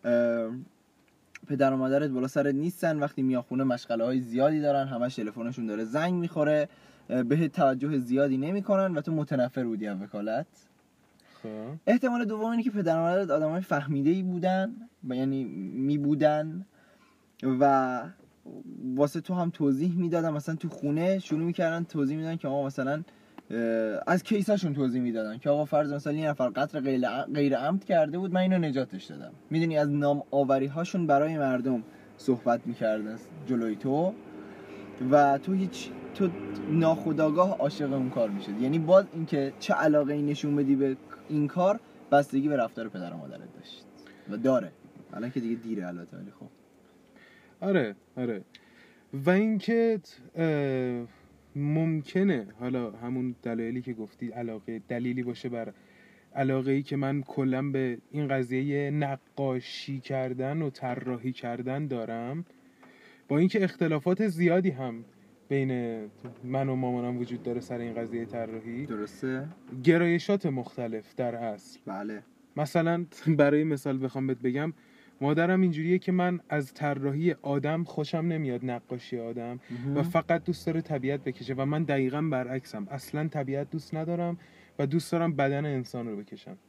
پدر و مادرت بالا سرت نیستن، وقتی میای خونه مشغله های زیادی دارن، همش تلفنشون داره زنگ میخوره، بهت توجه زیادی نمیکنن و تو متنفر بودی از وکالت. خب احتمال دوم اینه که پدر و مادرت آدمای فهمیده‌ای بودن، یعنی می بودن و واسه تو هم توضیح میدادن، مثلا تو خونه شروع میکردن توضیح میدادن که آقا مثلا از کیساشون توضیح میدادن که آقا فرض مثلا یه نفر قتل غیر غیر عمد کرده بود، من اینو نجاتش دادم. میدونی از نام آوری هاشون برای مردم صحبت میکردن جلوی تو و تو هیچ تو ناخودآگاه عاشق اون کار میشد. یعنی باز اینکه چه علاقه ای نشون بدی به این کار بستگی به رفتار پدر و مادرت داشت و داره. الان که دیگه دیره البته، ولی خب آره آره. و اینکه ممکنه حالا همون دلایلی که گفتی علاقه دلیلی باشه بر علاقه ای که من کلا به این قضیه نقاشی کردن و طراحی کردن دارم، با اینکه اختلافات زیادی هم بین من و مامانم وجود داره سر این قضیه طراحی. درسته؟ گرایشات مختلف در اصل. بله. مثلا برای مثال بخوام بهت بگم، مادرم اینجوریه که من از طراحی آدم خوشم نمیاد، نقاشی آدم، و فقط دوست داره طبیعت بکشه و من دقیقاً برعکسم، اصلا طبیعت دوست ندارم و دوست دارم بدن انسان رو بکشم.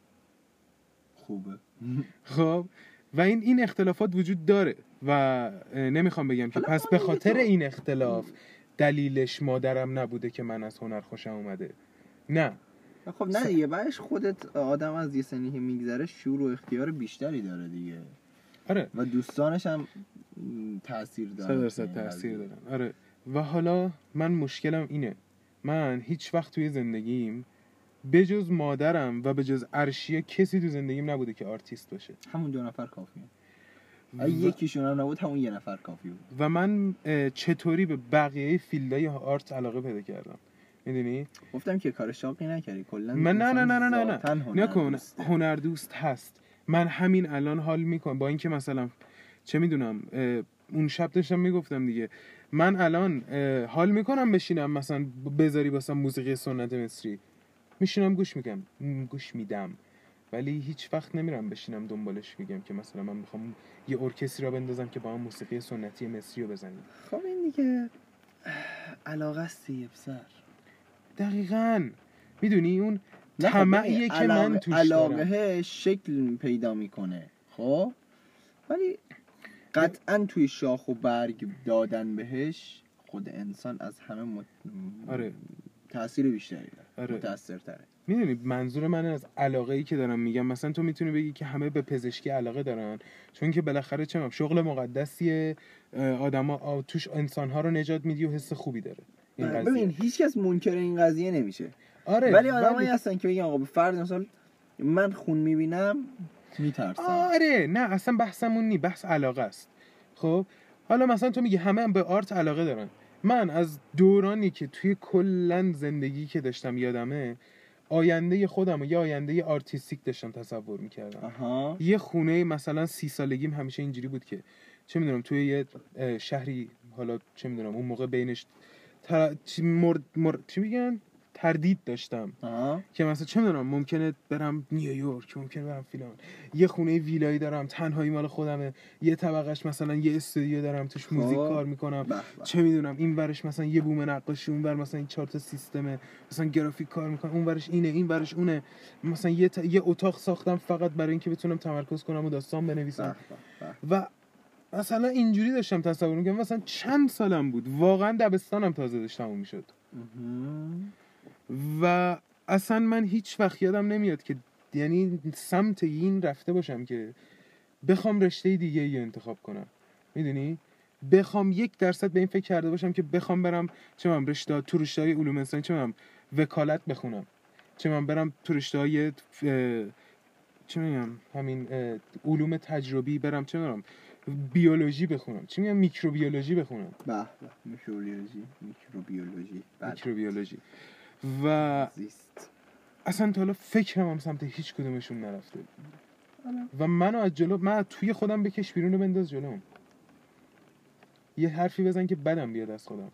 خوبه. خب و این این اختلافات وجود داره و نمیخوام بگم که پس به خاطر این اختلاف دلیلش مادرم نبوده که من از هنر خوشم اومده. نه خب نه دیگه، بعدش خودت آدم از یه سنی که میگذره شعور و اختیار بیشتری داره دیگه. آره. و دوستانش هم تأثیر داره. صد درصد تأثیر دارن. آره. و حالا من مشکلم اینه، من هیچ وقت توی زندگیم بجز مادرم و بجز عرشیه کسی تو زندگیم نبوده که آرتیست باشه. همون دو نفر کافیه. اگه یکیشون هم نبود همون یه نفر کافی بود. و من چطوری به بقیه فیلدهای آرت علاقه پیدا کردم، میدونی؟ گفتم که کار شاقی نکردی کلا. من نه نه نه نه نه نه نکن، هنر دوست هست. من همین الان حال میکنم با اینکه مثلا چه میدونم اون شب داشتم میگفتم دیگه، من الان حال میکنم بشینم مثلا بذاری واسه موسیقی سنت مصری، میشینم گوش میگم گوش میدم، ولی هیچ وقت نمیرم بشینم دنبالش میگم که مثلا من میخوام یه ارکستری را بندازم که با هم موسیقی سنتی مصری رو بزنیم. خب این دیگه علاقه است یه پسر. دقیقاً. میدونی اون طمعیه که من توش دارم. علاقه شکل پیدا میکنه خب، ولی قطعاً توی شاخ و برگ دادن بهش خود انسان از همه مت... آره. تأثیر بیشتری داره. آره. متأثرتره. میدونی منظور من از علاقه‌ای که دارم میگم، مثلا تو میتونی بگی که همه به پزشکی علاقه دارن چون که بالاخره چه می‌دونم شغل مقدسیه، آدما توش انسان‌ها رو نجات میدی و حس خوبی داره این قضیه. ببین هیچ کس منکر این قضیه نمیشه. آره. ولی آدمایی هستن که میگن آقا به فرض مثلا من خون میبینم میترسم. آره نه اصلا بحثمون نی، بحث علاقه است. خب حالا مثلا تو میگی همه هم به آرت علاقه دارن، من از دورانی که توی کلن زندگی که داشتم یادمه آینده خودم و یه آینده آرتیستیک داشتم تصور میکردم. آها. یه خونه مثلا سی سالگیم همیشه اینجوری بود که چه میدونم توی یه شهری، حالا چه میدونم اون موقع بینش تر... چی, مر... مر... چی میگن تردید داشتم. آها. که مثلا چه میدونم ممکنه برم نیویورک، ممکنه برم فلان، یه خونه ویلایی دارم تنهایی مال خودمه، یه طبقهش مثلا یه استودیو دارم توش موزیک کار میکنم، چه میدونم این ورش مثلا یه بوم نقاشی، اون ور مثلا این چهار تا سیستم مثلا گرافیک کار میکنم، اون ورش اینه این ورش اونه، مثلا یه ت... یه اتاق ساختم فقط برای اینکه بتونم تمرکز کنم و داستان بنویسم. و مثلا اینجوری داشتم تصور میکنم. مثلا چند سالم بود، واقعا دبستانم تازه داشت تموم میشد و اصلا من هیچ وقت یادم نمیاد که یعنی سمت این رفته باشم که بخوام رشته دیگه ای انتخاب کنم، میدونی، بخوام یک درصد به این فکر کرده باشم که بخوام برم چه من رشته تو رشته های علوم انسانی چه من وکالت بخونم، چه من برم تو رشته های چه میگم همین علوم تجربی برم، چه میگم بیولوژی بخونم، چی میگم میکروبیولوژی بخونم. به به میکروبیولوژی میکروبیولوژی میکروبیولوژی و زیست. اصلا تا حالا فکرم هم سمت هیچ کدومشون نرفته و منو از جلو، من توی خودم بکش بیرون و بنداز جلوم، یه حرفی بزن که بدم بیاد از خودم.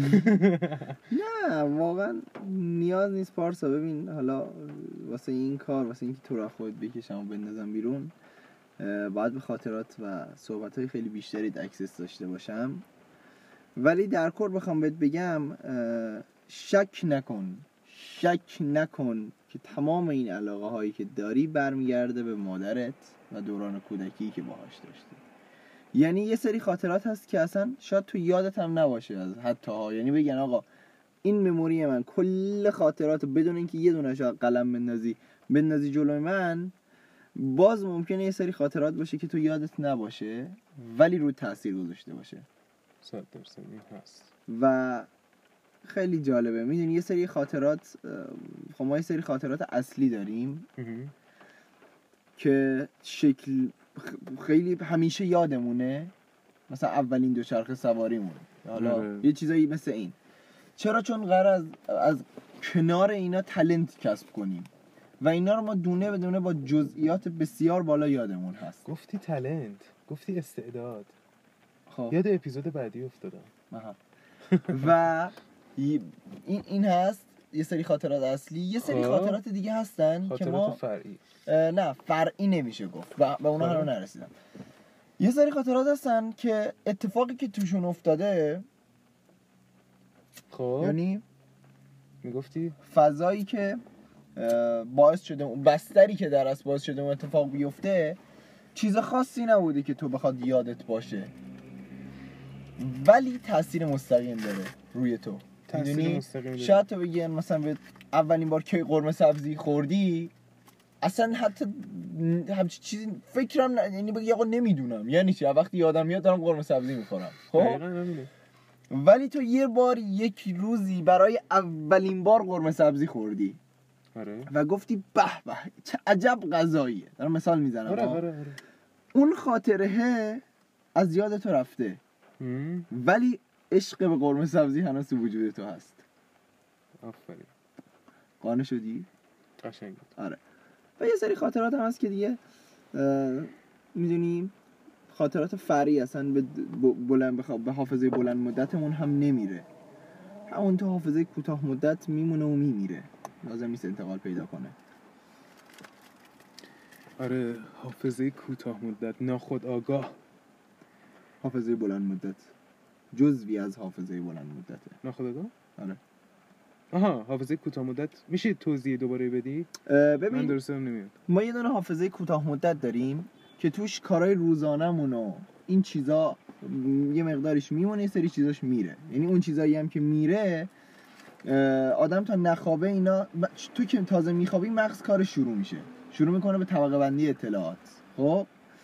نه واقعا نیاز نیست پارسا. ببین حالا واسه این کار، واسه اینکه تو را خودت بکشم و بندازم بیرون، باید به خاطرات و صحبت‌های خیلی بیشتری اکسس داشته باشم. ولی در کل بخوام بهت بگم، شک نکن شک نکن که تمام این علاقه هایی که داری برمیگرده به مادرت و دوران کودکی که باهاش داشتی. یعنی یه سری خاطرات هست که اصلا شاید تو یادت هم نباشه از حتی ها، یعنی بگن آقا این مموری من کل خاطرات بدون اینکه یه دونه شاید قلم بندازی بندازی جلوی من، باز ممکنه یه سری خاطرات باشه که تو یادت نباشه ولی رو تاثیر گذاشته باشه. صد درصد این هست و خیلی جالبه. میدونی یه سری خاطرات، خب ما یه سری خاطرات اصلی داریم که شکل خیلی همیشه یادمونه، مثلا اولین دوچرخه سواریمون، حالا یه چیزایی مثل این. چرا؟ چون قرار از از کنار اینا تالنت کسب کنیم و اینا رو ما دونه به دونه با جزئیات بسیار بالا یادمون هست. گفتی تالنت، گفتی استعداد، خب یاد اپیزود بعدی افتادم. و این این هست یه سری خاطرات اصلی. یه سری خاطرات دیگه هستن خاطرات که ما فرعی، نه فرعی نمیشه گفت، به اونا هنوز نرسیدم. یه سری خاطرات هستن که اتفاقی که توشون افتاده، خب یعنی میگفتی فضایی که باعث شده، بستری که در اصل باعث شده اون اتفاق بیفته، چیز خاصی نبوده که تو بخواد یادت باشه، ولی تاثیر مستقیم داره روی تو. میدونی شاید تو بگی مثلا به اولین بار که قرمه سبزی خوردی، اصلا حتی همچین چیزی فکرم نه، یعنی بگی آقا نمیدونم یعنی چی، وقتی یادم میاد دارم قرمه سبزی میخورم. خب ولی تو یه بار یک روزی برای اولین بار قرمه سبزی خوردی. آره. و گفتی به به چه عجب غذاییه، دارم مثال میزنم. آره آره آره. اون خاطره از یاد تو رفته هم. ولی عشق به قرمه سبزی هنوز تو وجود تو هست. آفرین. قانع شدی؟ قشنگ بود. آره. و یه سری خاطرات هم هست که دیگه میدونیم خاطرات فرعی اصلا به بلند بخواب به حافظه بلند مدتمون هم نمیره، همون تو حافظه کوتاه مدت میمونه و میمیره، لازم نیست انتقال پیدا کنه. آره حافظه کوتاه مدت، ناخودآگاه. حافظه بلند مدت جزوی از حافظه بلند مدته. ناخودآگاه؟ آره. آها حافظه کوتاه مدت میشه توضیح دوباره بدی؟ ببین من درستم نمیاد. ما یه دونه حافظه کوتاه مدت داریم که توش کارهای روزانمون و این چیزا یه مقدارش میمونه، یه سری چیزاش میره. یعنی اون چیزایی هم که میره آدم تا نخوابه اینا، تو که تازه میخوابی مغز کار شروع میشه، شروع میکنه به طبقه بندی اطلاعات. خب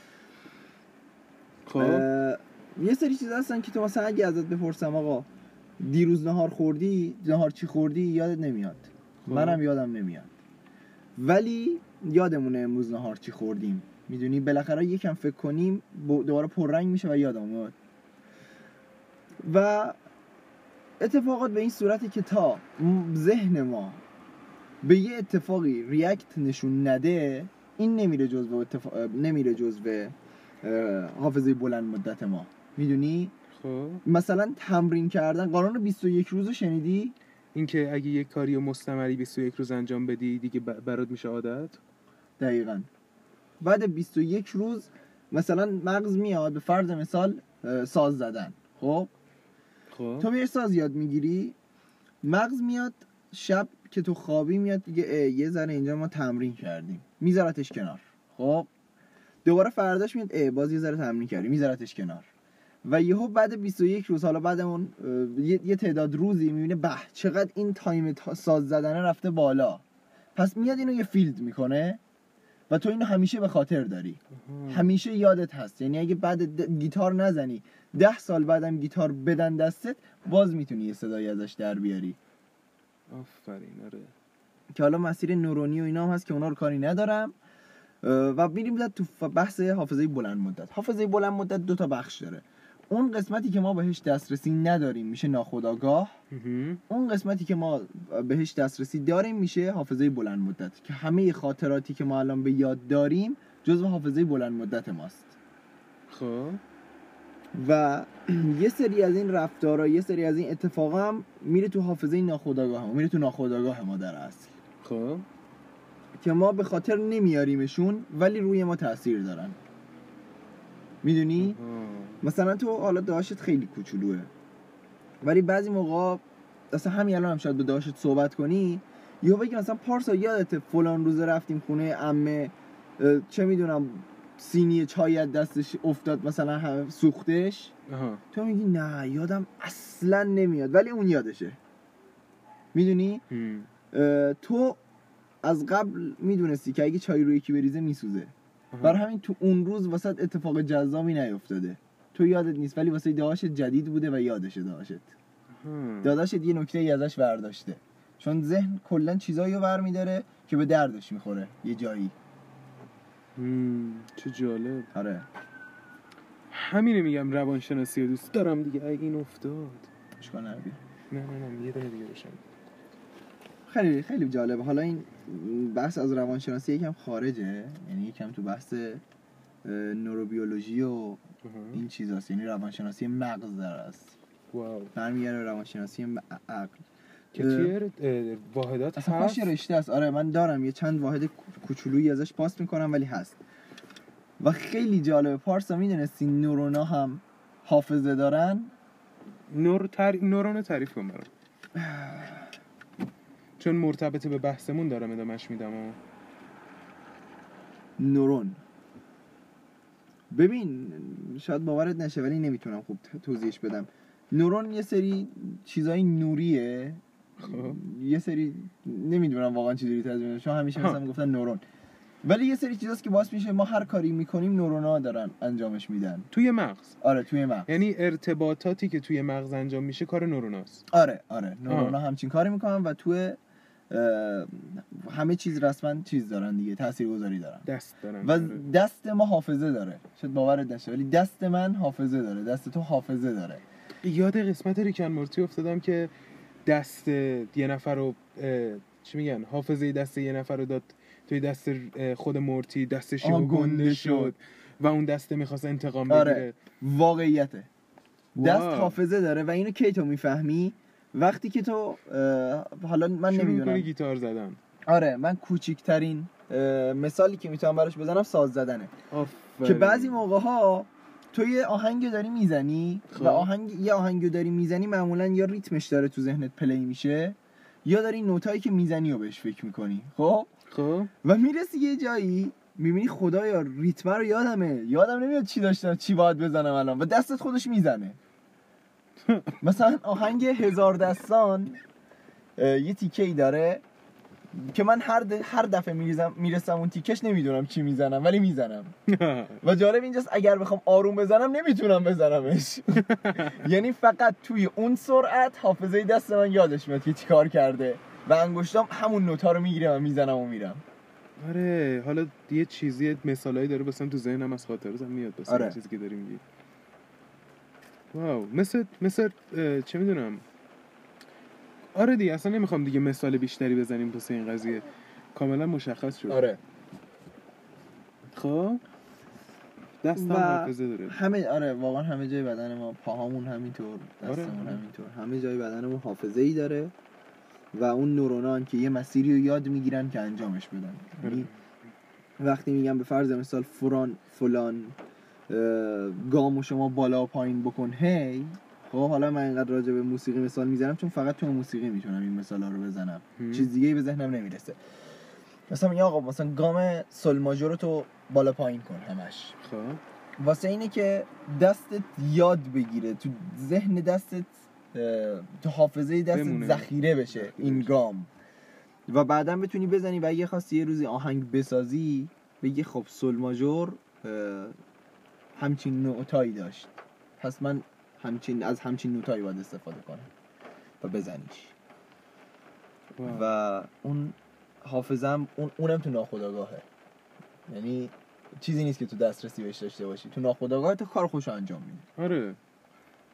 خب یه سری چیزا هستن که تو مثلا اگه ازت بپرسم آقا دیروز نهار خوردی، نهار چی خوردی، یادت نمیاد. خب. منم یادم نمیاد ولی یادمونه امروز نهار چی خوردیم. میدونی بالاخره یکم فکر کنیم دوباره پررنگ میشه و یادم میاد. و اتفاقات به این صورتی که تا ذهن ما به یه اتفاقی ریاکت نشون نده، این نمیره جزو اتفاق نمیره جزو حافظه بلند مدت ما. میدونی؟ خب مثلا تمرین کردن، قانون بیست و یک روزو شنیدی؟ این که اگه یک کاری مستمری بیست و یک روز انجام بدی دیگه برات میشه عادت. دقیقاً. بعد بیست و یک روز مثلا مغز میاد به فرض مثال ساز زدن. خب خب تو میای ساز یاد میگیری، مغز میاد شب که تو خوابی میاد دیگه یه ذره اینجا ما تمرین کردیم، میذارتش کنار. خب دوباره فرداش میاد ای باز یه ذره تمرین کردیم، میذارتش کنار. و یهو بعد بیست و یک روز، حالا بعد اون یه تعداد روزی میبینه به چقدر این تایم ساز زدنه رفته بالا، پس میاد اینو یه فیلد میکنه و تو اینو همیشه به خاطر داری، همیشه یادت هست. یعنی اگه بعد گیتار نزنی ده سال بعدم گیتار بدن دستت، باز میتونی یه صدایی ازش در بیاری. آفرین. آره که حالا مسیر نورونی و اینا هم هست که اونا رو کاری ندارم. و میریم تو بحث حافظه بلند مدت. حافظه بلند مدت دو تا بخش داره. اون قسمتی که ما بهش دسترسی نداریم میشه ناخودآگاه. اون قسمتی که ما بهش دسترسی داریم میشه حافظه بلند مدت، که همه خاطراتی که ما الان به یاد داریم جزو حافظه بلند مدت ماست. خب و یه سری از این رفتارها، یه سری از این اتفاقا هم میره تو حافظه ناخودآگاه ما، میره تو ناخودآگاه ما در اصل، خب که ما به خاطر نمیاریمشون ولی روی ما تاثیر دارن. میدونی؟ مثلا تو حالا داشت خیلی کوچولوه ولی بعضی موقع اصلا همین الان هم شاید با داشت صحبت کنی یهو بگی مثلا پارسا یادت فلان روز رفتیم خونه عمه، چه میدونم سینی چای از دستش افتاد مثلا هم سوختش. آها. تو میگی نه یادم اصلا نمیاد ولی اون یادشه. میدونی؟ تو از قبل میدونستی که اگه چای روی یکی بریزه میسوزه، برای همین تو اون روز واسه اتفاق جذابی نیفتاده، تو یادت نیست ولی واسه داداشت جدید بوده و یادشه داداشت. داداشت یه نکته‌ای ازش برداشته، چون ذهن کلا چیزایی رو برمی‌داره که به دردش میخوره یه جایی. هم. چه جالب. آره همینه میگم روانشناسی رو دوست دارم دیگه. اگه این افتاد اشکال نداره. نه نه نه یه دونه دیگه روشن. خیلی خیلی جالبه. حالا این بحث از روانشناسی یکم خارجه، یعنی یکم تو بحث نوروبیولوژی و این چیزاست، یعنی روانشناسی مغز در است. واو. برمیگره روانشناسی عقل که توی واحدات اصلا هست. اصلا رشته است. آره من دارم یه چند واحد کوچولویی ازش پاس میکنم ولی هست و خیلی جالبه. پارسا میدونستی نورونا هم حافظه دارن؟ نور تر... نورون تعریف کن برام، چون مرتبط به بحثمون دارم ادامهش میدم. و نورون ببین شاید باورت نشه ولی نمیتونم خوب توضیحش بدم. نورون یه سری چیزای نوریه. خب یه سری نمیدونم واقعا چجوری ترجمه کنم، چون همیشه مثلا میگفتن نورون، ولی یه سری چیزاست که باعث میشه ما هر کاری میکنیم نورونا دارن انجامش میدن توی مغز. آره توی مغز، یعنی ارتباطاتی که توی مغز انجام میشه کار نوروناست. آره آره نورونا همچین کاری میکنن و توی همه چیز رسما چیز دارن دیگه، تاثیرگذاری دارن، دست دارن. و دست ما حافظه داره. شاید باورت نشه ولی دست من حافظه داره، دست تو حافظه داره. یاد قسمت ریکن مورتی افتادم که دست یه نفر رو چی میگن حافظه دست یه نفر رو داد توی دست خود مورتی، دستش رو گنده شد و اون دسته میخواست انتقام بگیره. آره واقعیته. دست واو. حافظه داره و اینو کی تو میفهمی؟ وقتی که تو حالا من شروع نمیدونم کنی گیتار زدن. آره من کوچیکترین مثالی که میتونم براش بزنم ساز زدنه. آفرین. که بعضی موقع ها تو یه آهنگ داری میزنی و آهنگ یه آهنگو داری میزنی معمولا یا ریتمش داره تو ذهنت پلی میشه یا داری نوتایی که میزنی رو بهش فکر میکنی. خب خب و میرسی یه جایی میبینی خدایا ریتم رو یادمه، یادم نمیاد چی داشتم چی باید بزنم الان، و دستت خودش میزنه. مثلا آهنگ هزار دستان یه تیکه‌ای داره که من هر د... هر دفعه میرسم میرسم اون تیکش نمیدونم چی میزنم ولی میزنم. و جالب اینجاست اگر بخوام آروم بزنم نمیتونم بزنمش. یعنی فقط توی اون سرعت حافظه دست من یادش میاد که چی کار کرده و انگشتام همون نوتا رو میگیره و میزنم و میرم. آره حالا یه چیزی مثالایی داره بسام تو ذهنم از خاطراتم میاد بس آره. چیزی که داری میگی. واو مثل مثل چه میدونم. آره دیگه اصلا نمیخوام دیگه مثال بیشتری بزنیم واسه این قضیه، کاملا مشخص شد. آره خب دستم حافظه داره همه. آره واقعا همه جای بدن ما، پاهامون همینطور، دستمون آره. همینطور، همه جای بدنمون حافظه ای داره و اون نورونان که یه مسیری رو یاد میگیرن که انجامش بدن. یعنی وقتی میگم به فرض مثال فلان فلان گامو شما بالا و پایین بکن هی، خب حالا من اینقدر راجع به موسیقی مثال میزنم چون فقط تو موسیقی میتونم این مثالا رو بزنم، چیز دیگه ای به ذهنم نمیرسه. مثلا میگم آقا مثلا گام سل ماژور رو تو بالا پایین کن همش. خب واسه اینه که دستت یاد بگیره، تو ذهن دستت، تو حافظه دستت ذخیره بشه این گام و بعداً بتونی بزنی و اگه خواستی یه روزی آهنگ بسازی بگی خب سل ماژور همچین نوتایی داشت، پس من همچین از همچین نوتایی باید استفاده کنم و بزنیش. واو. و اون حافظم اون اونم تو ناخودآگاهه، یعنی چیزی نیست که تو دسترسی بهش داشته باشی، تو ناخودآگاه تو کار خوش انجام میدی. آره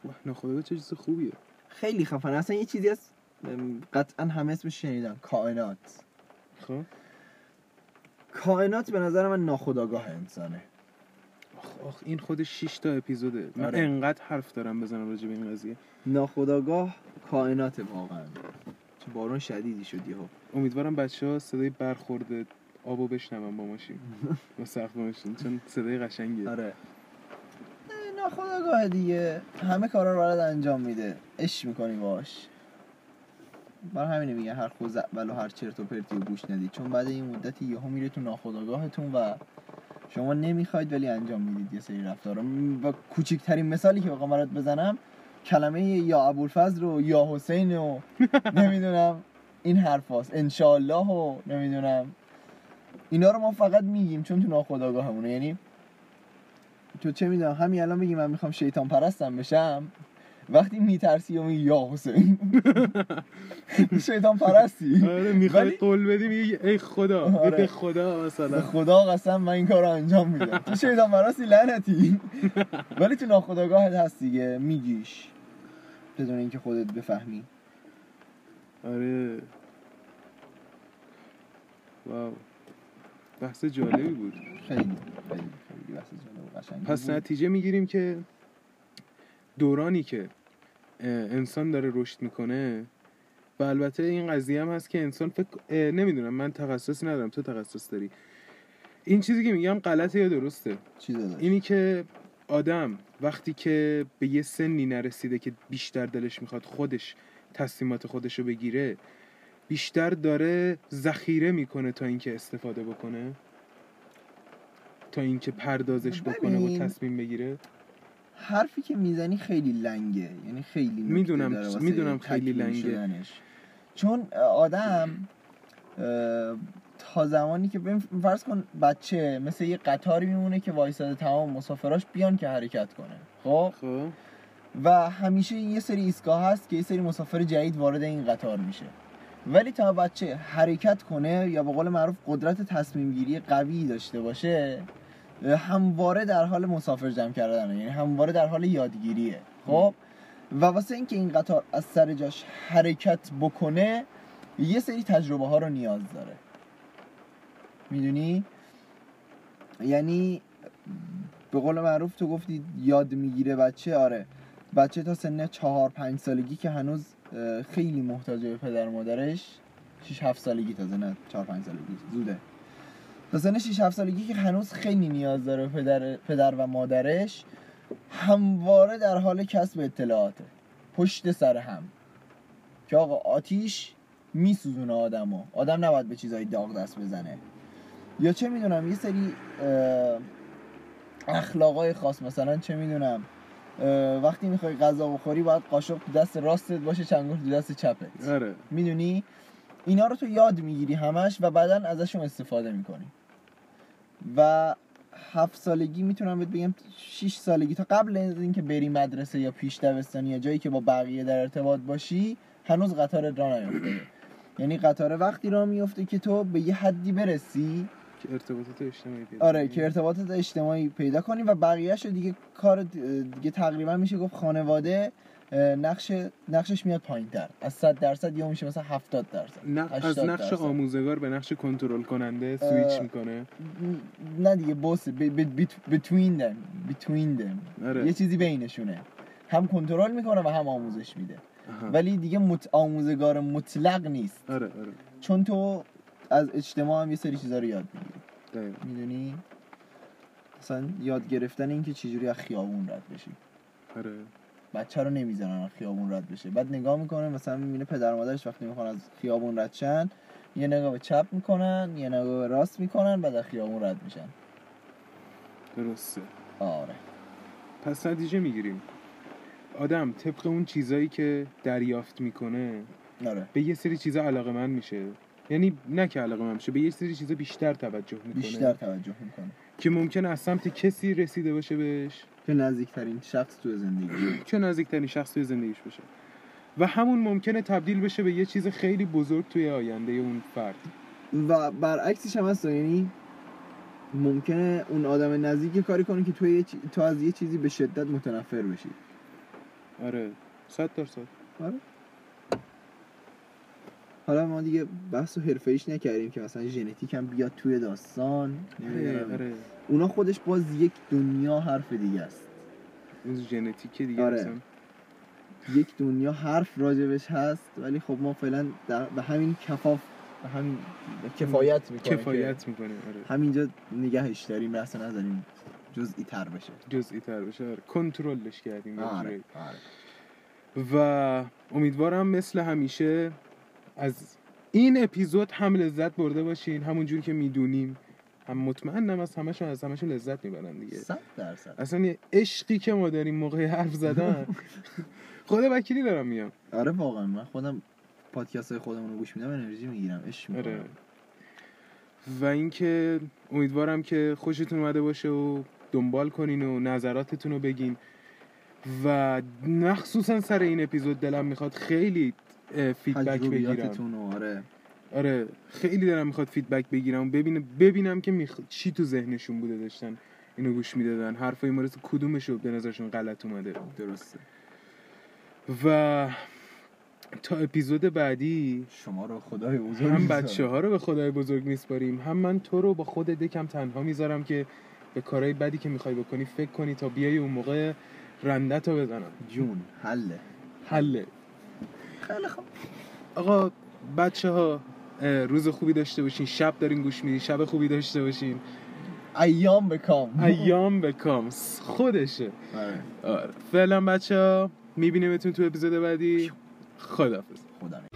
واه ناخودآگاه چه چیز خوبیه. خیلی خفن. اصلا یه چیزی هست قطعا همه اسمش شنیدن، کائنات. خب کائنات به نظر من ناخودآگاه انسانه. آخ آخ این خودش شش تا اپیزوده. من آره. انقدر حرف دارم بزنم راجع به این قضیه. ناخودآگاه کائنات واقعا. چه بارون شدیدی شد یهو. امیدوارم بچه‌ها صدای برخورد آبو بشنون با ماشین با سقف ماشین، چون صدای قشنگیه. آره ناخودآگاه دیگه همه کارا رو برات انجام میده، عشق میکنی باش. برای همینه میگن هر خوزعبل و هر چرت و پرتی رو گوش ندید، چون بعد این مدتی یهو میره تو ناخودآگاهتون و شما نمیخواید ولی انجام میدید یه سری رفتارا. و کوچکترین مثالی که بخوام برات بزنم کلمه یا ابوالفضل رو یا حسین و نمیدونم این حرفاست، انشالله و نمیدونم اینا رو ما فقط میگیم چون تو ناخودآگاهمونه. یعنی تو چه میدونم همین الان بگی من میخوام شیطان پرستم بشم، وقتی میترسی و میگی یا حسین شیطان پرستی. آره میخوای ولی- قول بدی میگی ای خدا آره. به خدا به مثلا خدا قسم من این کار رو انجام میدم. تو شیطان پرستی لعنتی. ولی تو ناخودآگاهت هست دیگه، میگیش بدون اینکه خودت بفهمی. آره واو بحث جالبی بود. خیلی خیلی خیلی بحث جالب و قشنگی پس بود. نتیجه میگیریم که دورانی که انسان داره رشد میکنه و البته این قضیه هم هست که انسان فکر نمیدونم، من تخصصی ندارم، تو تخصص داری، این چیزی که میگم غلطه یا درسته؟ چی داداش؟ اینی که آدم وقتی که به یه سنی نرسیده که بیشتر دلش میخواد خودش تصمیمات خودش رو بگیره، بیشتر داره ذخیره میکنه تا اینکه استفاده بکنه، تا اینکه پردازش بکنه و ببین. تصمیم بگیره. حرفی که میزنی خیلی لنگه، یعنی خیلی نکته میدونم- داره واسه میدونم خیلی تکمیل لنگه. شدنش. چون آدم اه، تا زمانی که ببین فرض کن بچه مثل یه قطاری میمونه که وایساده تمام مسافراش بیان که حرکت کنه، خب خب و همیشه یه سری ایستگاه هست که یه سری مسافر جدید وارد این قطار میشه، ولی تا بچه حرکت کنه یا به قول معروف قدرت تصمیم گیری قوی داشته باشه، همواره در حال مسافر جمع کردنه، یعنی همواره در حال یادگیریه. خب و واسه اینکه این قطار از سر جاش حرکت بکنه یه سری تجربه ها رو نیاز داره، میدونی؟ یعنی به قول معروف تو گفتی یاد میگیره بچه. آره بچه تا سن چهار پنج سالگی که هنوز خیلی محتاجه به پدر و مادرش، شش هفت سالگی تازه، نه چهار پنج سالگی زوده، تا سن شش هفت سالگی که هنوز خیلی نیاز داره به پدر, پدر و مادرش، همواره در حال کسب اطلاعاته پشت سر هم که آقا آتیش میسوزونه آدمو، آدم نباید به چیزای داغ دست بزنه، یا چه میدونم یه سری اخلاقای خاص، مثلا چه میدونم وقتی میخوای غذا بخوری باید قاشق تو دست راستت باشه، چنگور تو دست چپت. آره میدونی اینا رو تو یاد میگیری همش و بعداً ازشون استفاده میکنی. و هفت سالگی میتونم بهت بگم شش سالگی تا قبل از اینکه بری مدرسه یا پیش دبستانی یا جایی که با بقیه در ارتباط باشی هنوز قطار راه نیفتاده. یعنی قطار وقتی راه میفته که تو به یه حدی برسی که ارتباطات اجتماعی پیدا آره کنی. که ارتباطات اجتماعی پیدا کنی و بقیه‌شو دیگه کار دیگه تقریبا میشه گفت خانواده نقش نقشش میاد پایین‌تر، از صد درصد یا میشه مثلا هفتاد درصد. نق... از هشتاد نقش درصد. آموزگار به نقش کنترل کننده سویچ میکنه. نه دیگه بوس ب... ب... between them between them آره. یه چیزی بینشونه، هم کنترل میکنه و هم آموزش میده. آها. ولی دیگه مت... آموزگار مطلق نیست. آره آره چون تو از اجتماع هم یه سری چیزا رو یاد میگیری. دقیقاً. میدونی مثلا یاد گرفتن این که چجوری از خیابون رد بشی. آره بچه رو نمیذارن از خیابون رد بشه، بعد نگاه میکنه مثلا میبینه پدر و مادرش وقتی میخوان از خیابون رد شن یه نگاه به چپ میکنن یه نگاه به راست میکنن بعد از خیابون رد میشن. درسته. آره پس نتیجه میگیریم آدم طبق اون چیزایی که دریافت میکنه آره به یه سری چیزا علاقه‌مند میشه، یعنی نه که علاقه‌مند میشه، به یه سری چیزا بیشتر توجه میکنه، بیشتر توجه میکنه که ممکنه از سمت کسی رسیده باشه بهش که نزدیکترین شخص تو زندگی که نزدیکترین شخص توی زندگیش باشه و همون ممکنه تبدیل بشه به یه چیز خیلی بزرگ توی آینده اون فرد. و برعکسش هم هست، یعنی ممکنه اون آدم نزدیک کاری کنه که تو یه چی... تو از یه چیزی به شدت متنفر بشی. آره صد درصد. آره. حالا ما دیگه بحث و حرفه‌ایش نکردیم که مثلا ژنتیک هم بیاد توی داستان. آره آره اونا خودش باز یک دنیا حرف دیگه است. اون ژنتیک دیگه آره. مثلا یک دنیا حرف راجبش هست، ولی خب ما فعلا در به همین کفاف به همین کفایت میکنه کفایت میکنه. آره همینجا نگهش داریم، بحث نذاریم جزئی تر بشه، جزئی تر بشه. آره کنترلش کردیم. آره. آره. آره. و امیدوارم مثل همیشه از این اپیزود هم لذت برده باشین، همونجوری که میدونیم، هم مطمئنم از همشون از همشون لذت میبرن دیگه. صد درصد. اصلا یه عشقی که ما داریم موقع حرف زدن خدا وکیلی دارم میگم. آره واقعا من خودم پادکست های خودمون رو گوش میدم انرژی میگیرم، عشق میکنم. آره. و اینکه امیدوارم که خوشتون اومده باشه و دنبال کنین و نظراتتون رو بگین. و مخصوصا سر این اپیزود دلم میخواد خیلی فیدبک بگیرم. تجربیاتتون رو آره آره خیلی دلم میخواد فیدبک بگیرم و ببینم ببینم که میخ... چی تو ذهنشون بوده داشتن اینو گوش میدادن، حرفای ما رو کدومشو به نظرشون غلط اومده. درسته. و تا اپیزود بعدی شما رو خدای بزرگ هم بچه ها رو به خدای بزرگ میسپاریم، هم من تو رو با خودت دکم تنها میذارم که به کارهای بدی که میخوای بکنی فکر کنی تا بیای اون موقع رندت رو بزنم. جون حله حله. خیلی خوب آقا بچه ها روز خوبی داشته باشین، شب دارین گوش میدین شب خوبی داشته باشین. ایام بکام ایام بکام خودشه. آره آره فعلا بچه ها میبینیمتون تو اپیزود بعدی. خداحافظ. خدا